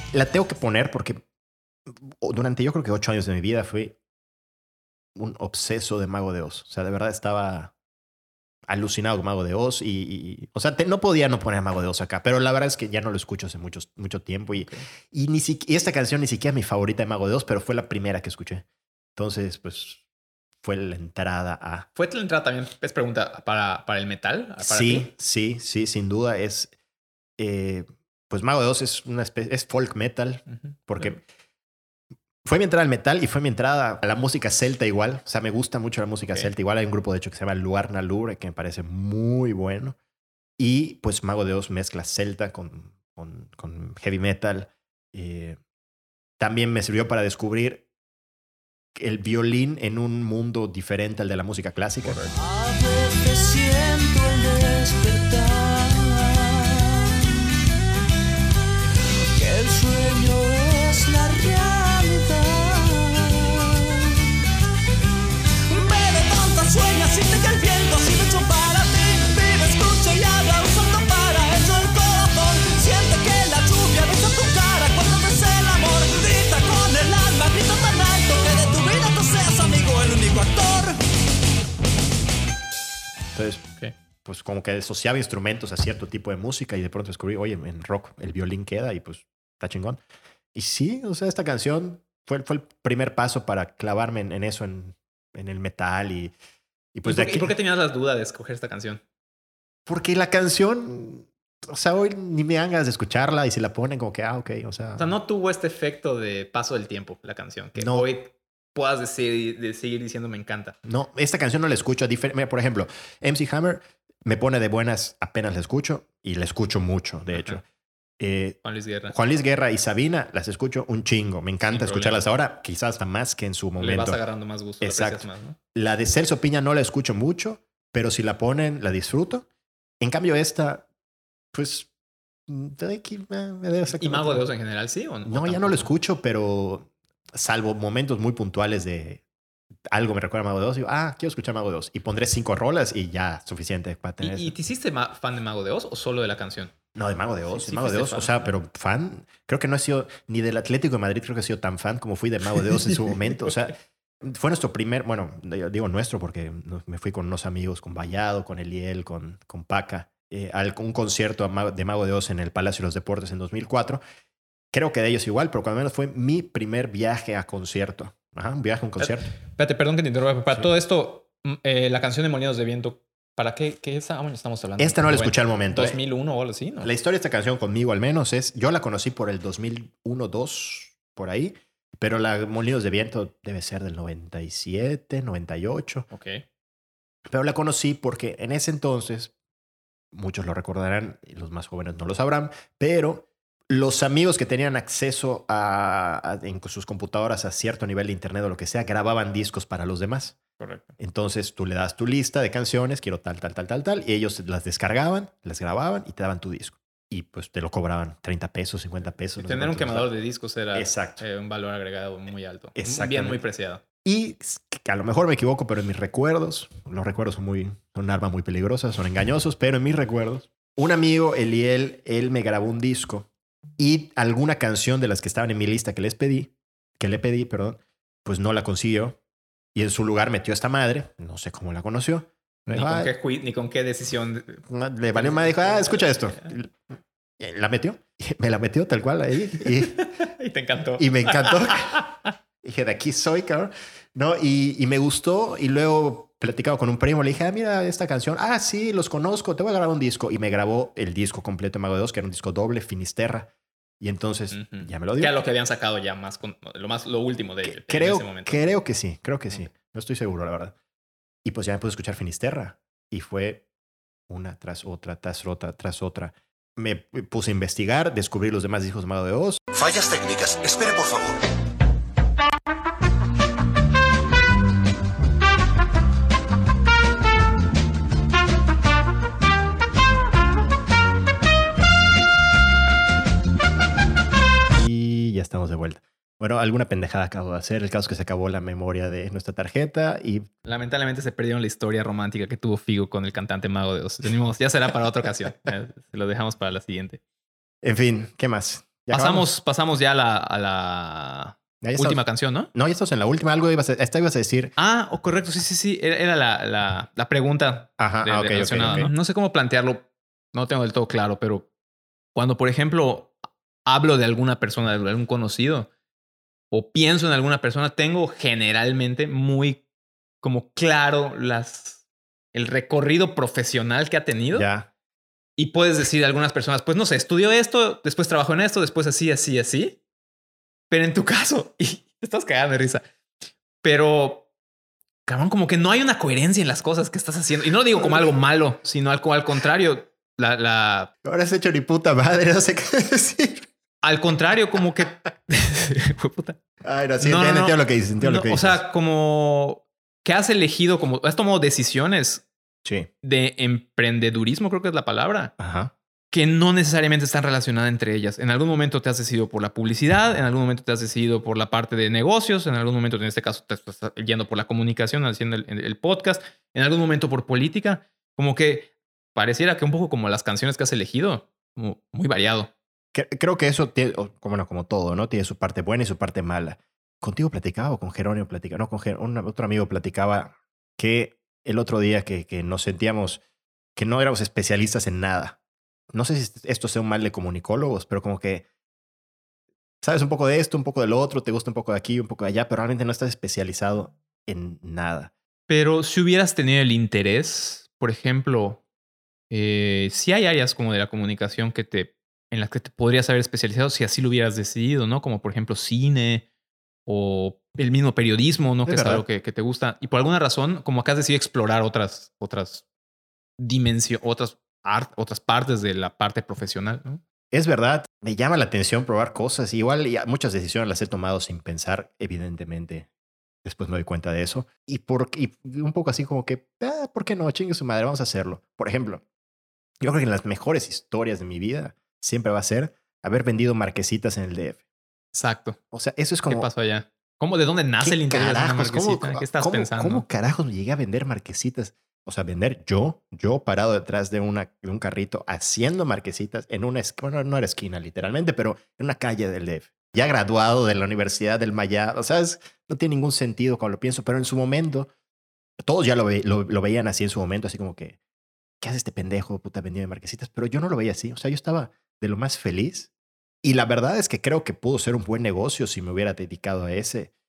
La tengo que poner porque durante yo creo que 8 años de mi vida fui un obseso de Mago de Oz. O sea, de verdad estaba alucinado con Mago de Oz o sea, no podía no poner Mago de Oz acá, pero la verdad es que ya no lo escucho hace mucho tiempo y esta canción ni siquiera es mi favorita de Mago de Oz, pero fue la primera que escuché. Entonces, pues fue la entrada a... ¿Fue la entrada también, es pregunta, para el metal? ¿Para ti? Sí, sin duda es... pues Mago de Oz es una especie, es folk metal, Ujú. porque fue mi entrada al metal y fue mi entrada a la música celta igual. O sea, me gusta mucho la música Ok. celta. Igual hay un grupo, de hecho, que se llama Luarna Lure, que me parece muy bueno. Y pues Mago de Oz mezcla celta con heavy metal. También me sirvió para descubrir el violín en un mundo diferente al de la música clásica. A veces siento el despertar, que el sueño es la realidad. Bebe tantas sueñas, siente que el viento ha sido hecho para ti. Vive, escucha y habla, usando para eso el corazón. Siente que la lluvia besa tu cara cuando ves el amor. Grita con el alma, grita tan alto que de tu vida tú seas amigo, el único actor. Entonces, Ok. pues como que asociaba instrumentos a cierto tipo de música y de pronto descubrí, oye, en rock el violín queda y pues está chingón. Y sí, o sea, esta canción fue el primer paso para clavarme en eso, en el metal y pues de aquí... ¿Y por qué tenías las dudas de escoger esta canción? Porque la canción, o sea, hoy ni me dan ganas de escucharla y si la ponen como que, ok, o sea... O sea, no tuvo este efecto de paso del tiempo, la canción, que No. hoy puedas seguir diciendo me encanta. No, esta canción no la escucho. Mira, por ejemplo, MC Hammer me pone de buenas apenas la escucho y la escucho mucho, de hecho. Juan Luis Guerra. Juan Luis Guerra y Sabina las escucho un chingo. Me encanta Sin escucharlas ahora, quizás hasta más que en su Le vas momento. agarrando más gusto, la Exacto. aprecias más, ¿no? La de Celso Piña no la escucho mucho, pero si la ponen, la disfruto. En cambio, esta, pues... me debe sacar ¿Y Mago otra. de Oz en general sí o no? No, ya no lo escucho, pero salvo momentos muy puntuales de algo me recuerda a Mago de Oz, digo, quiero escuchar Mago de Oz. Y pondré 5 rolas y ya, suficiente para tener ¿Y eso. te hiciste fan de Mago de Oz o solo de la canción? No, de Mago de Oz, Sí, de Mago de fuiste Oz. fan. O sea, pero fan, creo que no he sido ni del Atlético de Madrid, creo que he sido tan fan como fui de Mago de Oz en su momento. O sea, fue nuestro primer, bueno, yo digo nuestro porque me fui con unos amigos, con Vallado, con Eliel, con Paca, a un concierto de Mago de Oz en el Palacio de los Deportes en 2004. Creo que de ellos igual, pero cuando menos fue mi primer viaje a concierto. Ajá, un viaje a un concierto. Espérate, perdón que te interrumpa. Para Sí. todo esto, la canción de Molinos de Viento, ¿para qué año estamos hablando? Esta no la escuché al momento. 2001 o algo así, ¿no? La historia de esta canción conmigo al menos es, yo la conocí por el 2001-2, por ahí, pero la Molinos de Viento debe ser del 97, 98. Ok. Pero la conocí porque en ese entonces, muchos lo recordarán y los más jóvenes no lo sabrán, pero los amigos que tenían acceso en sus computadoras a cierto nivel de internet o lo que sea, grababan discos para los demás. Correcto. Entonces tú le das tu lista de canciones, quiero tal, y ellos las descargaban, las grababan y te daban tu disco. Y pues te lo cobraban 30 pesos, 50 pesos. no sé Tener un cuánto quemador costaba. de discos era Exacto. un valor agregado muy alto. Un Exactamente. bien muy preciado. Y que a lo mejor me equivoco, pero en mis recuerdos, los recuerdos son un arma muy peligrosa, son engañosos, pero en mis recuerdos, un amigo, Eliel, él me grabó un disco y alguna canción de las que estaban en mi lista que le pedí, pues no la consiguió. Y en su lugar metió a esta madre, no sé cómo la conoció. Me dijo, Ni con qué decisión. le valió más, dijo, escucha esto. La metió, me la metió tal cual ahí. Y te encantó. Y me encantó. Dije, de aquí soy, cabrón. ¿No? Y me gustó. Y luego platicaba con un primo. Le dije, mira esta canción. Sí, los conozco. Te voy a grabar un disco. Y me grabó el disco completo de Mago de Oz, que era un disco doble, Finisterra. Y entonces ya me lo dio. Que era lo que habían sacado ya más, lo último de en ese momento. Creo que sí. No estoy seguro, la verdad. Y pues ya me puse a escuchar Finisterra. Y fue una tras otra, tras otra. Me puse a investigar, descubrí los demás discos de Mago de Oz. Fallas técnicas. Espere, por favor. Y ya estamos de vuelta. Bueno, alguna pendejada acabo de hacer. El caso es que se acabó la memoria de nuestra tarjeta y... Lamentablemente se perdieron la historia romántica que tuvo Figo con el cantante Mago de Oz. Ya será para otra ocasión. Se lo dejamos para la siguiente. En fin, ¿qué más? ¿Ya acabamos? Pasamos ya a la Ya última estamos. canción, ¿no? No, ya estamos en la última. Algo ibas a decir. Correcto. Sí. Era la pregunta Ajá, ok, relacionada, ok. ¿no? No sé cómo plantearlo. No tengo del todo claro, pero cuando, por ejemplo, hablo de alguna persona, de algún conocido, o pienso en alguna persona, tengo generalmente muy como claro el recorrido profesional que ha tenido. Ya. Y puedes decir a algunas personas, pues no sé, estudió esto, después trabajó en esto, después así. Pero en tu caso, y te estás cagando de risa, pero cabrón, como que no hay una coherencia en las cosas que estás haciendo. Y no lo digo como algo malo, sino algo al contrario. Ahora has hecho ni puta madre, no sé qué decir. Al contrario, como que... Fue puta. Ay, no, sí, entiendo lo que dices. Entiendo lo que O dices. sea, como que has elegido, como has tomado decisiones Sí. de emprendedurismo, creo que es la palabra, Ajá. que no necesariamente están relacionadas entre ellas. En algún momento te has decidido por la publicidad, en algún momento te has decidido por la parte de negocios, en algún momento, en este caso, te estás yendo por la comunicación, haciendo el podcast, en algún momento por política. Como que pareciera que un poco como las canciones que has elegido, como muy variado. Creo que eso tiene, como todo, ¿no? Tiene su parte buena y su parte mala. ¿Contigo platicaba o con Jerónimo platicaba? No, con otro amigo platicaba que el otro día que nos sentíamos que no éramos especialistas en nada. No sé si esto sea un mal de comunicólogos, pero como que sabes un poco de esto, un poco de lo otro, te gusta un poco de aquí, un poco de allá, pero realmente no estás especializado en nada. Pero si hubieras tenido el interés, por ejemplo, si hay áreas como de la comunicación en las que te podrías haber especializado si así lo hubieras decidido, ¿no? Como por ejemplo cine o el mismo periodismo, ¿no? Es Que es verdad. algo que te gusta. Y por alguna razón, como que has decidido explorar otras dimensiones, otras partes de la parte profesional, ¿no? Es verdad, me llama la atención probar cosas. Igual muchas decisiones las he tomado sin pensar, evidentemente. Después me doy cuenta de eso. Y un poco así como que, ¿por qué no? Chingue su madre, vamos a hacerlo. Por ejemplo, yo creo que las mejores historias de mi vida siempre va a ser haber vendido marquesitas en el DF. Exacto. O sea, eso es ¿Qué como... pasó allá? ¿De dónde nace el interés de una marquesita? ¿Qué estás pensando? ¿Cómo carajos me llegué a vender marquesitas? O sea, vender yo parado detrás de un carrito haciendo marquesitas en una esquina, bueno, no era esquina literalmente, pero en una calle del DF. Ya graduado de la Universidad del Mayab. O sea, no tiene ningún sentido cuando lo pienso, pero en su momento, todos ya lo veían así en su momento, así como que, ¿qué hace este pendejo, puta, vendiendo marquesitas? Pero yo no lo veía así. O sea, yo estaba de lo más feliz. Y la verdad es que creo que pudo ser un buen negocio si me hubiera dedicado a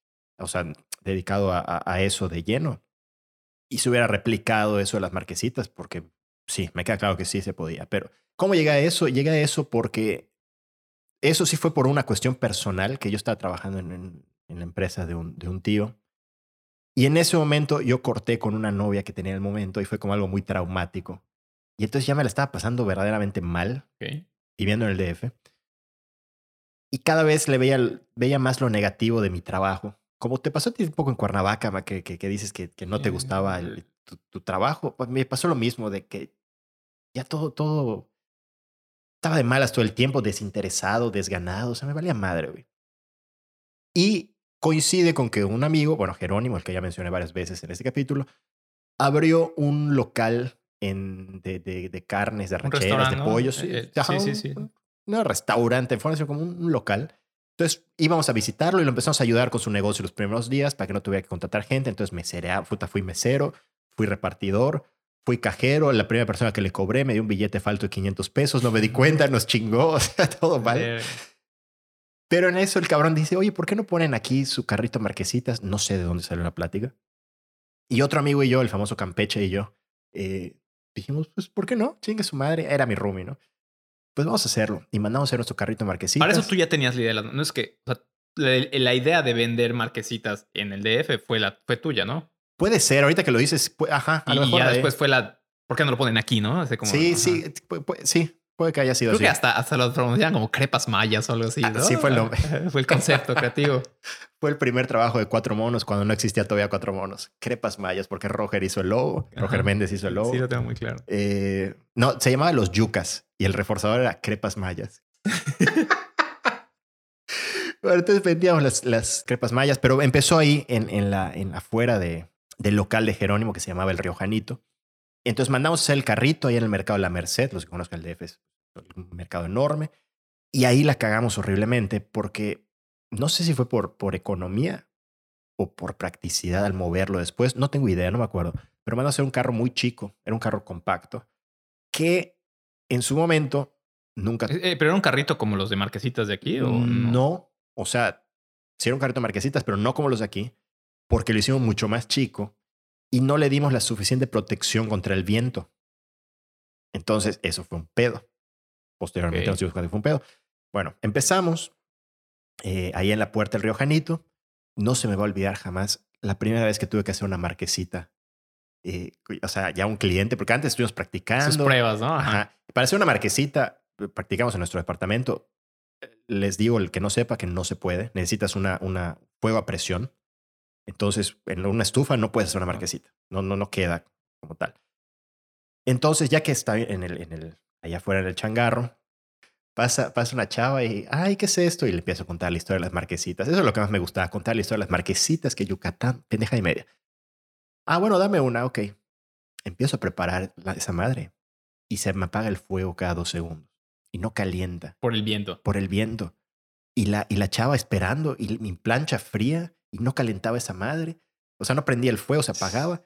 dedicado a eso de lleno. Y se hubiera replicado eso de las marquesitas, porque sí, me queda claro que sí se podía. Pero ¿cómo llegué a eso? Llegué a eso porque eso sí fue por una cuestión personal, que yo estaba trabajando en la empresa de un tío. Y en ese momento yo corté con una novia que tenía en el momento y fue como algo muy traumático. Y entonces ya me la estaba pasando verdaderamente mal, Ok. viviendo en el DF. Y cada vez le veía más lo negativo de mi trabajo. Como te pasó a ti un poco en Cuernavaca, que dices que no te gustaba tu trabajo. Pues me pasó lo mismo, de que ya todo estaba de malas todo el tiempo, desinteresado, desganado. O sea, me valía madre, güey. Y coincide con que un amigo, bueno, Jerónimo, el que ya mencioné varias veces en este capítulo, abrió un local de carnes, de Un rancheras, restaurante, de ¿no? pollos. Sí. No restaurante, fue así como un local. Entonces íbamos a visitarlo y lo empezamos a ayudar con su negocio los primeros días para que no tuviera que contratar gente. Entonces fui mesero, fui repartidor, fui cajero. La primera persona que le cobré me dio un billete falto de 500 pesos. No me di cuenta, nos chingó, o sea, todo mal. Pero en eso el cabrón dice, oye, ¿por qué no ponen aquí su carrito marquesitas? No sé de dónde salió la plática. Y otro amigo y yo, el famoso Campeche y yo, dijimos, pues, ¿por qué no? Chingue su madre. Era mi roomie, ¿no? Pues vamos a hacerlo. Y mandamos a hacer nuestro carrito marquesitas. Para eso tú ya tenías la idea. No es que... O sea, la idea de vender marquesitas en el DF fue tuya, ¿no? Puede ser. Ahorita que lo dices, ajá. A lo Y mejor ya después fue ¿por qué no lo ponen aquí, no? Así como, sí, ajá. sí. Sí, puede que haya sido Creo así. que hasta lo pronunciaban como crepas mayas o algo así, ¿no? Sí, fue el nombre. Fue el concepto creativo. Fue el primer trabajo de Cuatro Monos cuando no existía todavía Cuatro Monos. Crepas mayas, porque Roger hizo el logo. Ajá. Roger Méndez hizo el logo. Sí, lo tengo muy claro. No, se llamaba Los Yucas y el reforzador era Crepas Mayas. Bueno, entonces vendíamos las crepas mayas, pero empezó ahí en la afuera del local de Jerónimo que se llamaba El Riojanito. Entonces mandamos a hacer el carrito ahí en el mercado de la Merced. Los que conozcan el DF es un mercado enorme. Y ahí la cagamos horriblemente porque no sé si fue por economía o por practicidad al moverlo después. No tengo idea, no me acuerdo. Pero mandó a hacer un carro muy chico. Era un carro compacto que en su momento nunca... ¿Pero era un carrito como los de Marquesitas de aquí o no? No, o sea, sí era un carrito de marquesitas, pero no como los de aquí, porque lo hicimos mucho más chico y no le dimos la suficiente protección contra el viento. Entonces, eso fue un pedo. Posteriormente Ok. nos dimos cuenta que fue un pedo. Bueno, empezamos ahí en la puerta del Río Janito. No se me va a olvidar jamás la primera vez que tuve que hacer una marquesita. O sea, ya un cliente, porque antes estuvimos practicando. Sus pruebas, ¿no? Ajá. Ajá. Para hacer una marquesita, practicamos en nuestro departamento. Les digo, el que no sepa, que no se puede. Necesitas una fuego a presión. Entonces, en una estufa no puedes hacer una marquesita. No queda como tal. Entonces, ya que está allá afuera en el changarro, pasa una chava y, ay, ¿qué es esto? Y le empiezo a contar la historia de las marquesitas. Eso es lo que más me gustaba, contar la historia de las marquesitas que Yucatán, pendeja y media. Ah, bueno, dame una, ok. Empiezo a preparar esa madre y se me apaga el fuego cada 2 segundos y no calienta Por el viento. por el viento. Y la chava esperando y mi plancha fría y no calentaba esa madre. O sea, no prendía el fuego, se apagaba.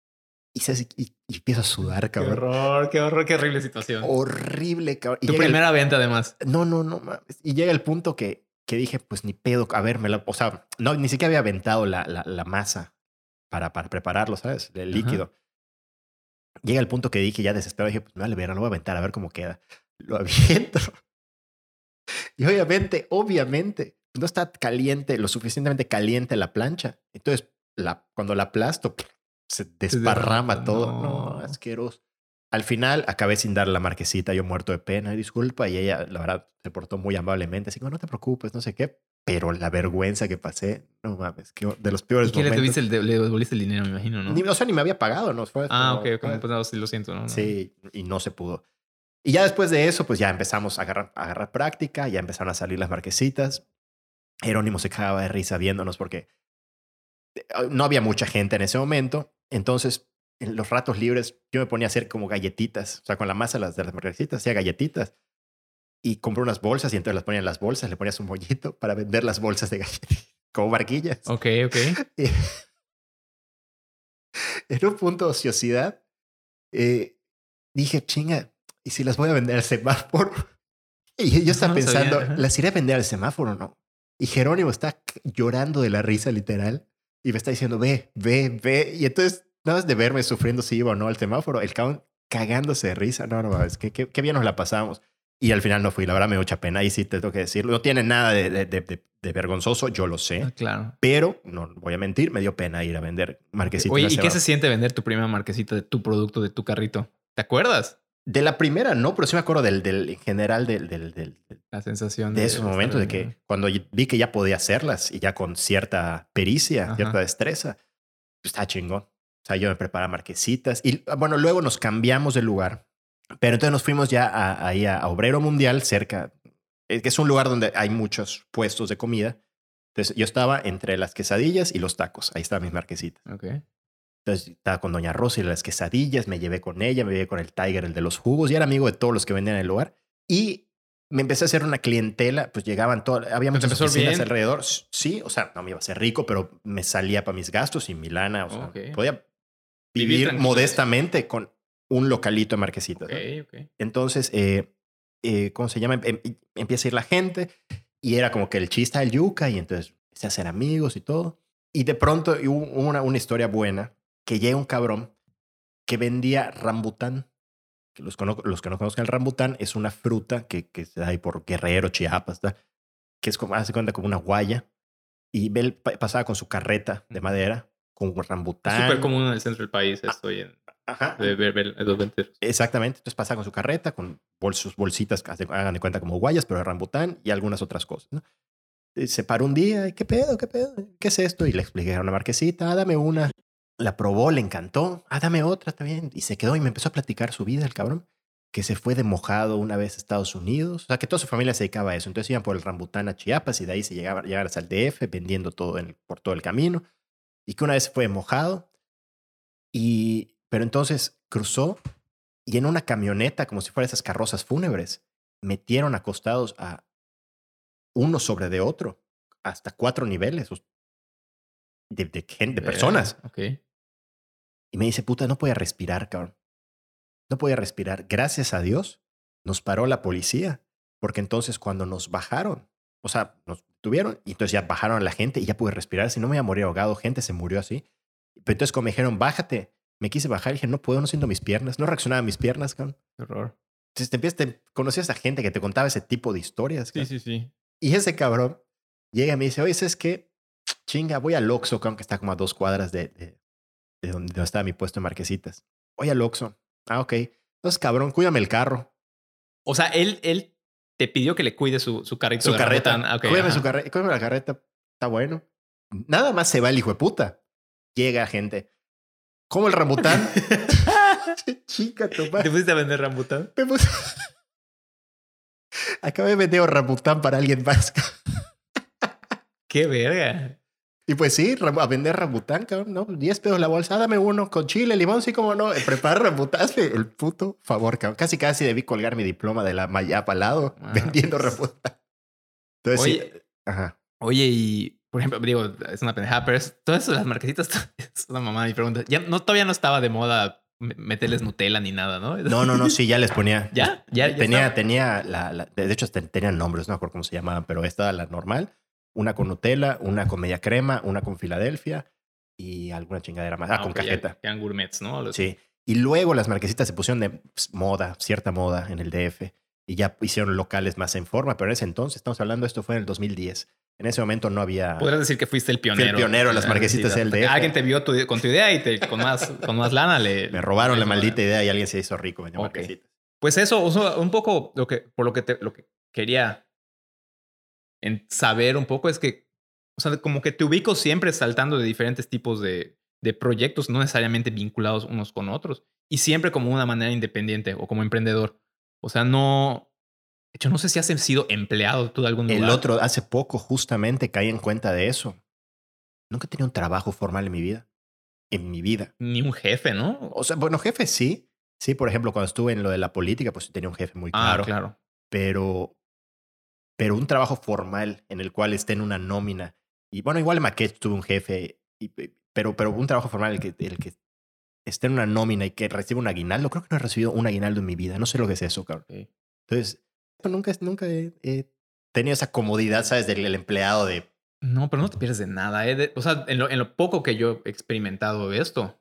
Y empiezo a sudar, Qué cabrón. horror, qué horrible situación. Horrible, cabrón. Y Tu llega primera venta, además. No, mames. Y llega el punto que dije, pues ni pedo, a ver, o sea, no, ni siquiera había aventado la masa para prepararlo, ¿sabes? El líquido. Llega el punto que dije, ya desesperado, dije, pues me vale ver, lo voy a aventar a ver cómo queda. Lo aviento. Y obviamente, no está caliente, lo suficientemente caliente la plancha. Entonces, cuando la aplasto, se desparrama derrama, todo. no. No, asqueroso. Al final, acabé sin dar la marquesita, yo muerto de pena, disculpa. Y ella, la verdad, se portó muy amablemente. Así como, no te preocupes, no sé qué. Pero la vergüenza que pasé, no mames, de los peores ¿Y qué momentos. le devolviste el dinero, me imagino, no? O sea, ni me había pagado, ¿no? Fue Ok, como pues no, sí lo siento, ¿no? Sí, y no se pudo. Y ya después de eso, pues ya empezamos a agarrar práctica, ya empezaron a salir las marquesitas. Jerónimo se cagaba de risa viéndonos porque no había mucha gente en ese momento. Entonces, en los ratos libres, yo me ponía a hacer como galletitas. O sea, con la masa de las marquesitas, hacía galletitas. Y compré unas bolsas y entonces las ponía en las bolsas, le ponías un mollito para vender las bolsas de galletitas, como barquillas. Ok. Y en un punto de ociosidad, dije, chinga, ¿y si las voy a vender al semáforo? Y yo estaba No lo sabía, pensando, ajá. ¿las iré a vender al semáforo o no? Y Jerónimo está llorando de la risa, literal, y me está diciendo, ve. Y entonces, nada más de verme sufriendo si iba o no al semáforo, el cabrón cagándose de risa. No, es que qué bien nos la pasamos. Y al final no fui, la verdad me dio mucha pena. Y sí te tengo que decirlo, no tiene nada de vergonzoso, yo lo sé. Claro. Pero, no voy a mentir, me dio pena ir a vender marquesitas. Oye, al ¿y qué se semáforo. siente vender tu primera marquesita de tu producto, de tu carrito? ¿Te acuerdas? De la primera no, pero sí me acuerdo en general del La sensación de esos estar momentos de vendiendo. que cuando vi que ya podía hacerlas y ya con cierta pericia, Ajá. cierta destreza, pues está chingón. O sea, yo me preparaba marquesitas y bueno, luego nos cambiamos de lugar, pero entonces nos fuimos ya ahí a Obrero Mundial, cerca, que es un lugar donde hay muchos puestos de comida. Entonces yo estaba entre las quesadillas y los tacos. Ahí estaban mis marquesitas. Ok. Entonces estaba con Doña Rosy de las quesadillas, me llevé con ella, me llevé con el Tiger, el de los jugos, y era amigo de todos los que vendían en el lugar. Y me empecé a hacer una clientela, pues llegaban todos, había Pues muchas empezó oficinas bien. alrededor. Sí, o sea, no me iba a ser rico, pero me salía para mis gastos y mi lana, o sea, Ok. podía Vivir vivir tranquilo. modestamente con un localito de marquesitas. ¿no? Ok. Entonces, ¿cómo se llama? Empieza a ir la gente y era como que el chiste del yuca y entonces empecé a hacer amigos y todo. Y de pronto hubo una historia buena que llega un cabrón que vendía rambután. Que los que no conozcan el rambután es una fruta que se da ahí por Guerrero, Chiapas, ¿tá? Que es como, hace cuenta como una guaya. Y él pasaba con su carreta de madera con un Es rambután. súper común en el centro del país esto y en Ajá. de ver los venteros. Exactamente. Entonces pasaba con su carreta, con bolsitas, hagan de cuenta como guayas, pero de rambután y algunas otras cosas. ¿no? Se paró un día, ¿qué pedo? ¿Qué es esto? Y le expliqué, era una marquesita, dame una. La probó, le encantó, dame otra también. Y se quedó y me empezó a platicar su vida, el cabrón, que se fue de mojado una vez a Estados Unidos. O sea, que toda su familia se dedicaba a eso. Entonces iban por el rambután a Chiapas y de ahí se llegaban hasta el DF vendiendo todo por todo el camino. Y que una vez fue de mojado. Pero entonces cruzó y en una camioneta, como si fueran esas carrozas fúnebres, metieron acostados a uno sobre de otro, hasta 4 niveles de gente, de personas. Ok. Y me dice, puta, no podía respirar, cabrón. No podía respirar. Gracias a Dios nos paró la policía, porque entonces cuando nos bajaron, o sea, nos tuvieron y entonces ya bajaron a la gente y ya pude respirar. Si no me iba a morir ahogado, gente se murió así. Pero entonces cuando me dijeron, bájate, me quise bajar y dije, no puedo, no siento mis piernas. No reaccionaba a mis piernas, cabrón. Qué horror. Entonces conocías a gente que te contaba ese tipo de historias. Sí, cabrón. sí, sí. Y ese cabrón llega y me dice, oye, ¿sabes qué? Chinga, voy al Oxxo, cabrón, que está como a 2 cuadras de donde estaba mi puesto en Marquesitas. Voy al Oxxo. Ah, ok. Entonces, cabrón, cuídame el carro. O sea, él te pidió que le cuide su carrito Su de carreta. rambután. Ok, Cuídame ajá. su carreta. Cuídame la carreta. Está bueno. Nada más se va el hijo de puta. Llega gente. ¿Cómo el rambután? Chica, tu ¿Te madre. pusiste a vender rambután? Me puse- Acabé de vender un rambután para alguien más. ¡Qué verga! Y pues sí, a vender rambután, cabrón, ¿no? 10 pesos la bolsa, dame uno con chile, limón, sí, como no. Preparar rambután, hazme el puto favor, cabrón. Casi debí colgar mi diploma de la Mayapa al lado, Ah, vendiendo rambután. Entonces Oye, sí. Ajá. Oye, y por ejemplo, digo, es una pendejada, pero todo eso de las marquesitas es una mamada. Mi pregunta, todavía no estaba de moda meterles Nutella ni nada, ¿no? No, sí, ya les ponía. ¿Ya? Tenía de hecho, tenían nombres, no me acuerdo cómo se llamaban, pero esta la normal. Una con Nutella, una con media crema, una con Filadelfia y alguna chingadera más. Con ok, ya cajeta. eran gourmets, ¿no? Sí. Y luego las marquesitas se pusieron de moda, cierta moda en el DF. Y ya hicieron locales más en forma. Pero en ese entonces, estamos hablando, esto fue en el 2010. En ese momento no había... Podrías decir que fuiste el pionero. Fui el pionero de las marquesitas del DF. Alguien te vio con tu idea y con más lana Me robaron la eso, maldita idea y alguien se hizo rico. Vendió Ok. marquesitas. Pues eso, un poco lo que quería saber un poco es que, o sea, como que te ubico siempre saltando de diferentes tipos de proyectos, no necesariamente vinculados unos con otros, y siempre como una manera independiente o como emprendedor. O sea, no... De hecho, no sé si has sido empleado tú de algún lugar. El otro, hace poco justamente caí en cuenta de eso. Nunca he tenido un trabajo formal en mi vida. En mi vida. Ni un jefe, ¿no? O sea, bueno, jefe sí. Sí, por ejemplo, cuando estuve en lo de la política, pues sí tenía un jefe muy claro. Claro. Pero un trabajo formal en el cual esté en una nómina. Y bueno, igual en Maquet tuve un jefe, pero un trabajo formal el que esté en una nómina y que reciba un aguinaldo. Creo que no he recibido un aguinaldo en mi vida. No sé lo que es eso, cabrón. Ok. Entonces, nunca he tenido esa comodidad, ¿sabes? Del empleado de... No, pero no te pierdes de nada. O sea, en lo poco que yo he experimentado esto,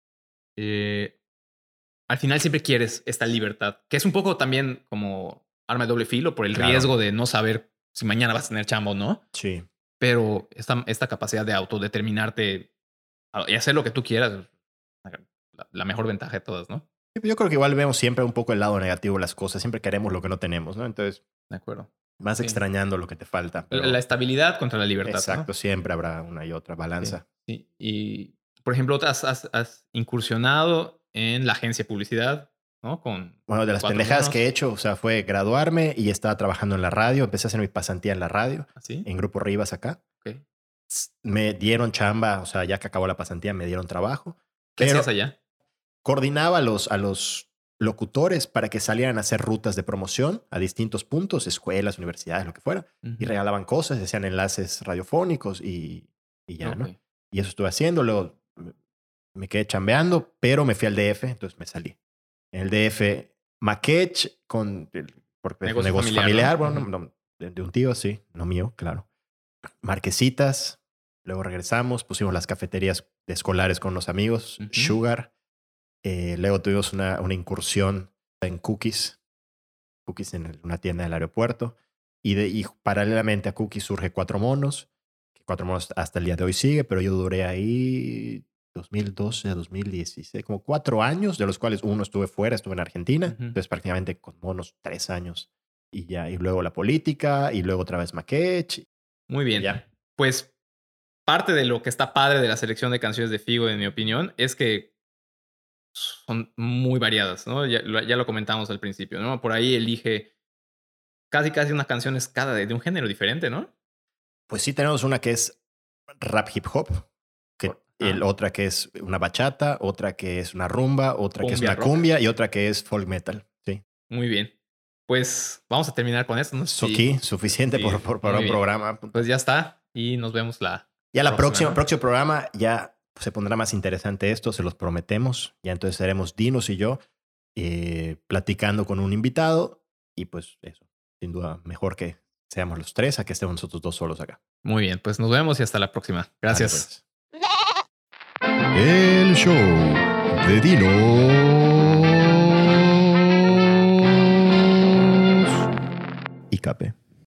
al final siempre quieres esta libertad, que es un poco también como arma de doble filo por el Claro. riesgo de no saber si mañana vas a tener chamba o no. Sí. Pero esta capacidad de autodeterminarte y hacer lo que tú quieras, la mejor ventaja de todas, ¿no? Yo creo que igual vemos siempre un poco el lado negativo de las cosas. Siempre queremos lo que no tenemos, ¿no? Entonces, De acuerdo. más Sí. extrañando lo que te falta. pero- La estabilidad contra la libertad. Exacto, ¿no? siempre habrá una y otra balanza. Sí. Y, por ejemplo, has incursionado en la agencia de publicidad, ¿no? Bueno, de las 4 pendejadas monos. que he hecho, o sea, fue graduarme y estaba trabajando en la radio. Empecé a hacer mi pasantía en la radio, ¿Así? en Grupo Rivas acá. Ok. Me dieron chamba, o sea, ya que acabó la pasantía, me dieron trabajo. ¿Qué Pero hacías allá? coordinaba a los locutores para que salieran a hacer rutas de promoción a distintos puntos, escuelas, universidades, lo que fuera, y regalaban cosas, hacían enlaces radiofónicos y ya, Ok. ¿no? Y eso estuve haciendo, luego me quedé chambeando, pero me fui al DF, entonces me salí. En el DF, Maquech, porque Negocio negocio familiar, familiar, ¿no? bueno, de un tío, sí, no mío, claro. Marquesitas, luego regresamos, pusimos las cafeterías de escolares con los amigos, Ujú. Sugar. Luego tuvimos una incursión en Cookies en una tienda del aeropuerto. Y paralelamente a Cookies surge Cuatro Monos, que Cuatro Monos hasta el día de hoy sigue, pero yo duré ahí 2012 a 2016, como 4 años, de los cuales uno estuve fuera, estuve en Argentina, Ujú. entonces prácticamente con Monos 3 años. Y ya, y luego la política, y luego otra vez Maquech. Muy bien. Ya. Pues parte de lo que está padre de la selección de canciones de Figo, en mi opinión, es que son muy variadas, ¿no? Ya lo comentamos al principio, ¿no? Por ahí elige casi unas canciones cada de un género diferente, ¿no? Pues sí tenemos una que es rap hip hop, otra que es una bachata, otra que es una rumba, otra que es Cumbia una rock. cumbia y otra que es folk metal. Sí. Muy bien. pues vamos a terminar con esto, ¿no? Sí. Aquí, suficiente Sí, por muy un bien. programa. Pues ya está. Y nos vemos Ya la próxima, ¿no? próximo programa ya se pondrá más interesante esto, se los prometemos. Ya entonces seremos Dinos y yo platicando con un invitado. Y pues eso, sin duda, mejor que seamos los tres a que estemos nosotros dos solos acá. Muy bien, pues nos vemos y hasta la próxima. Gracias. Dale, pues. El show de Dinos y Cape.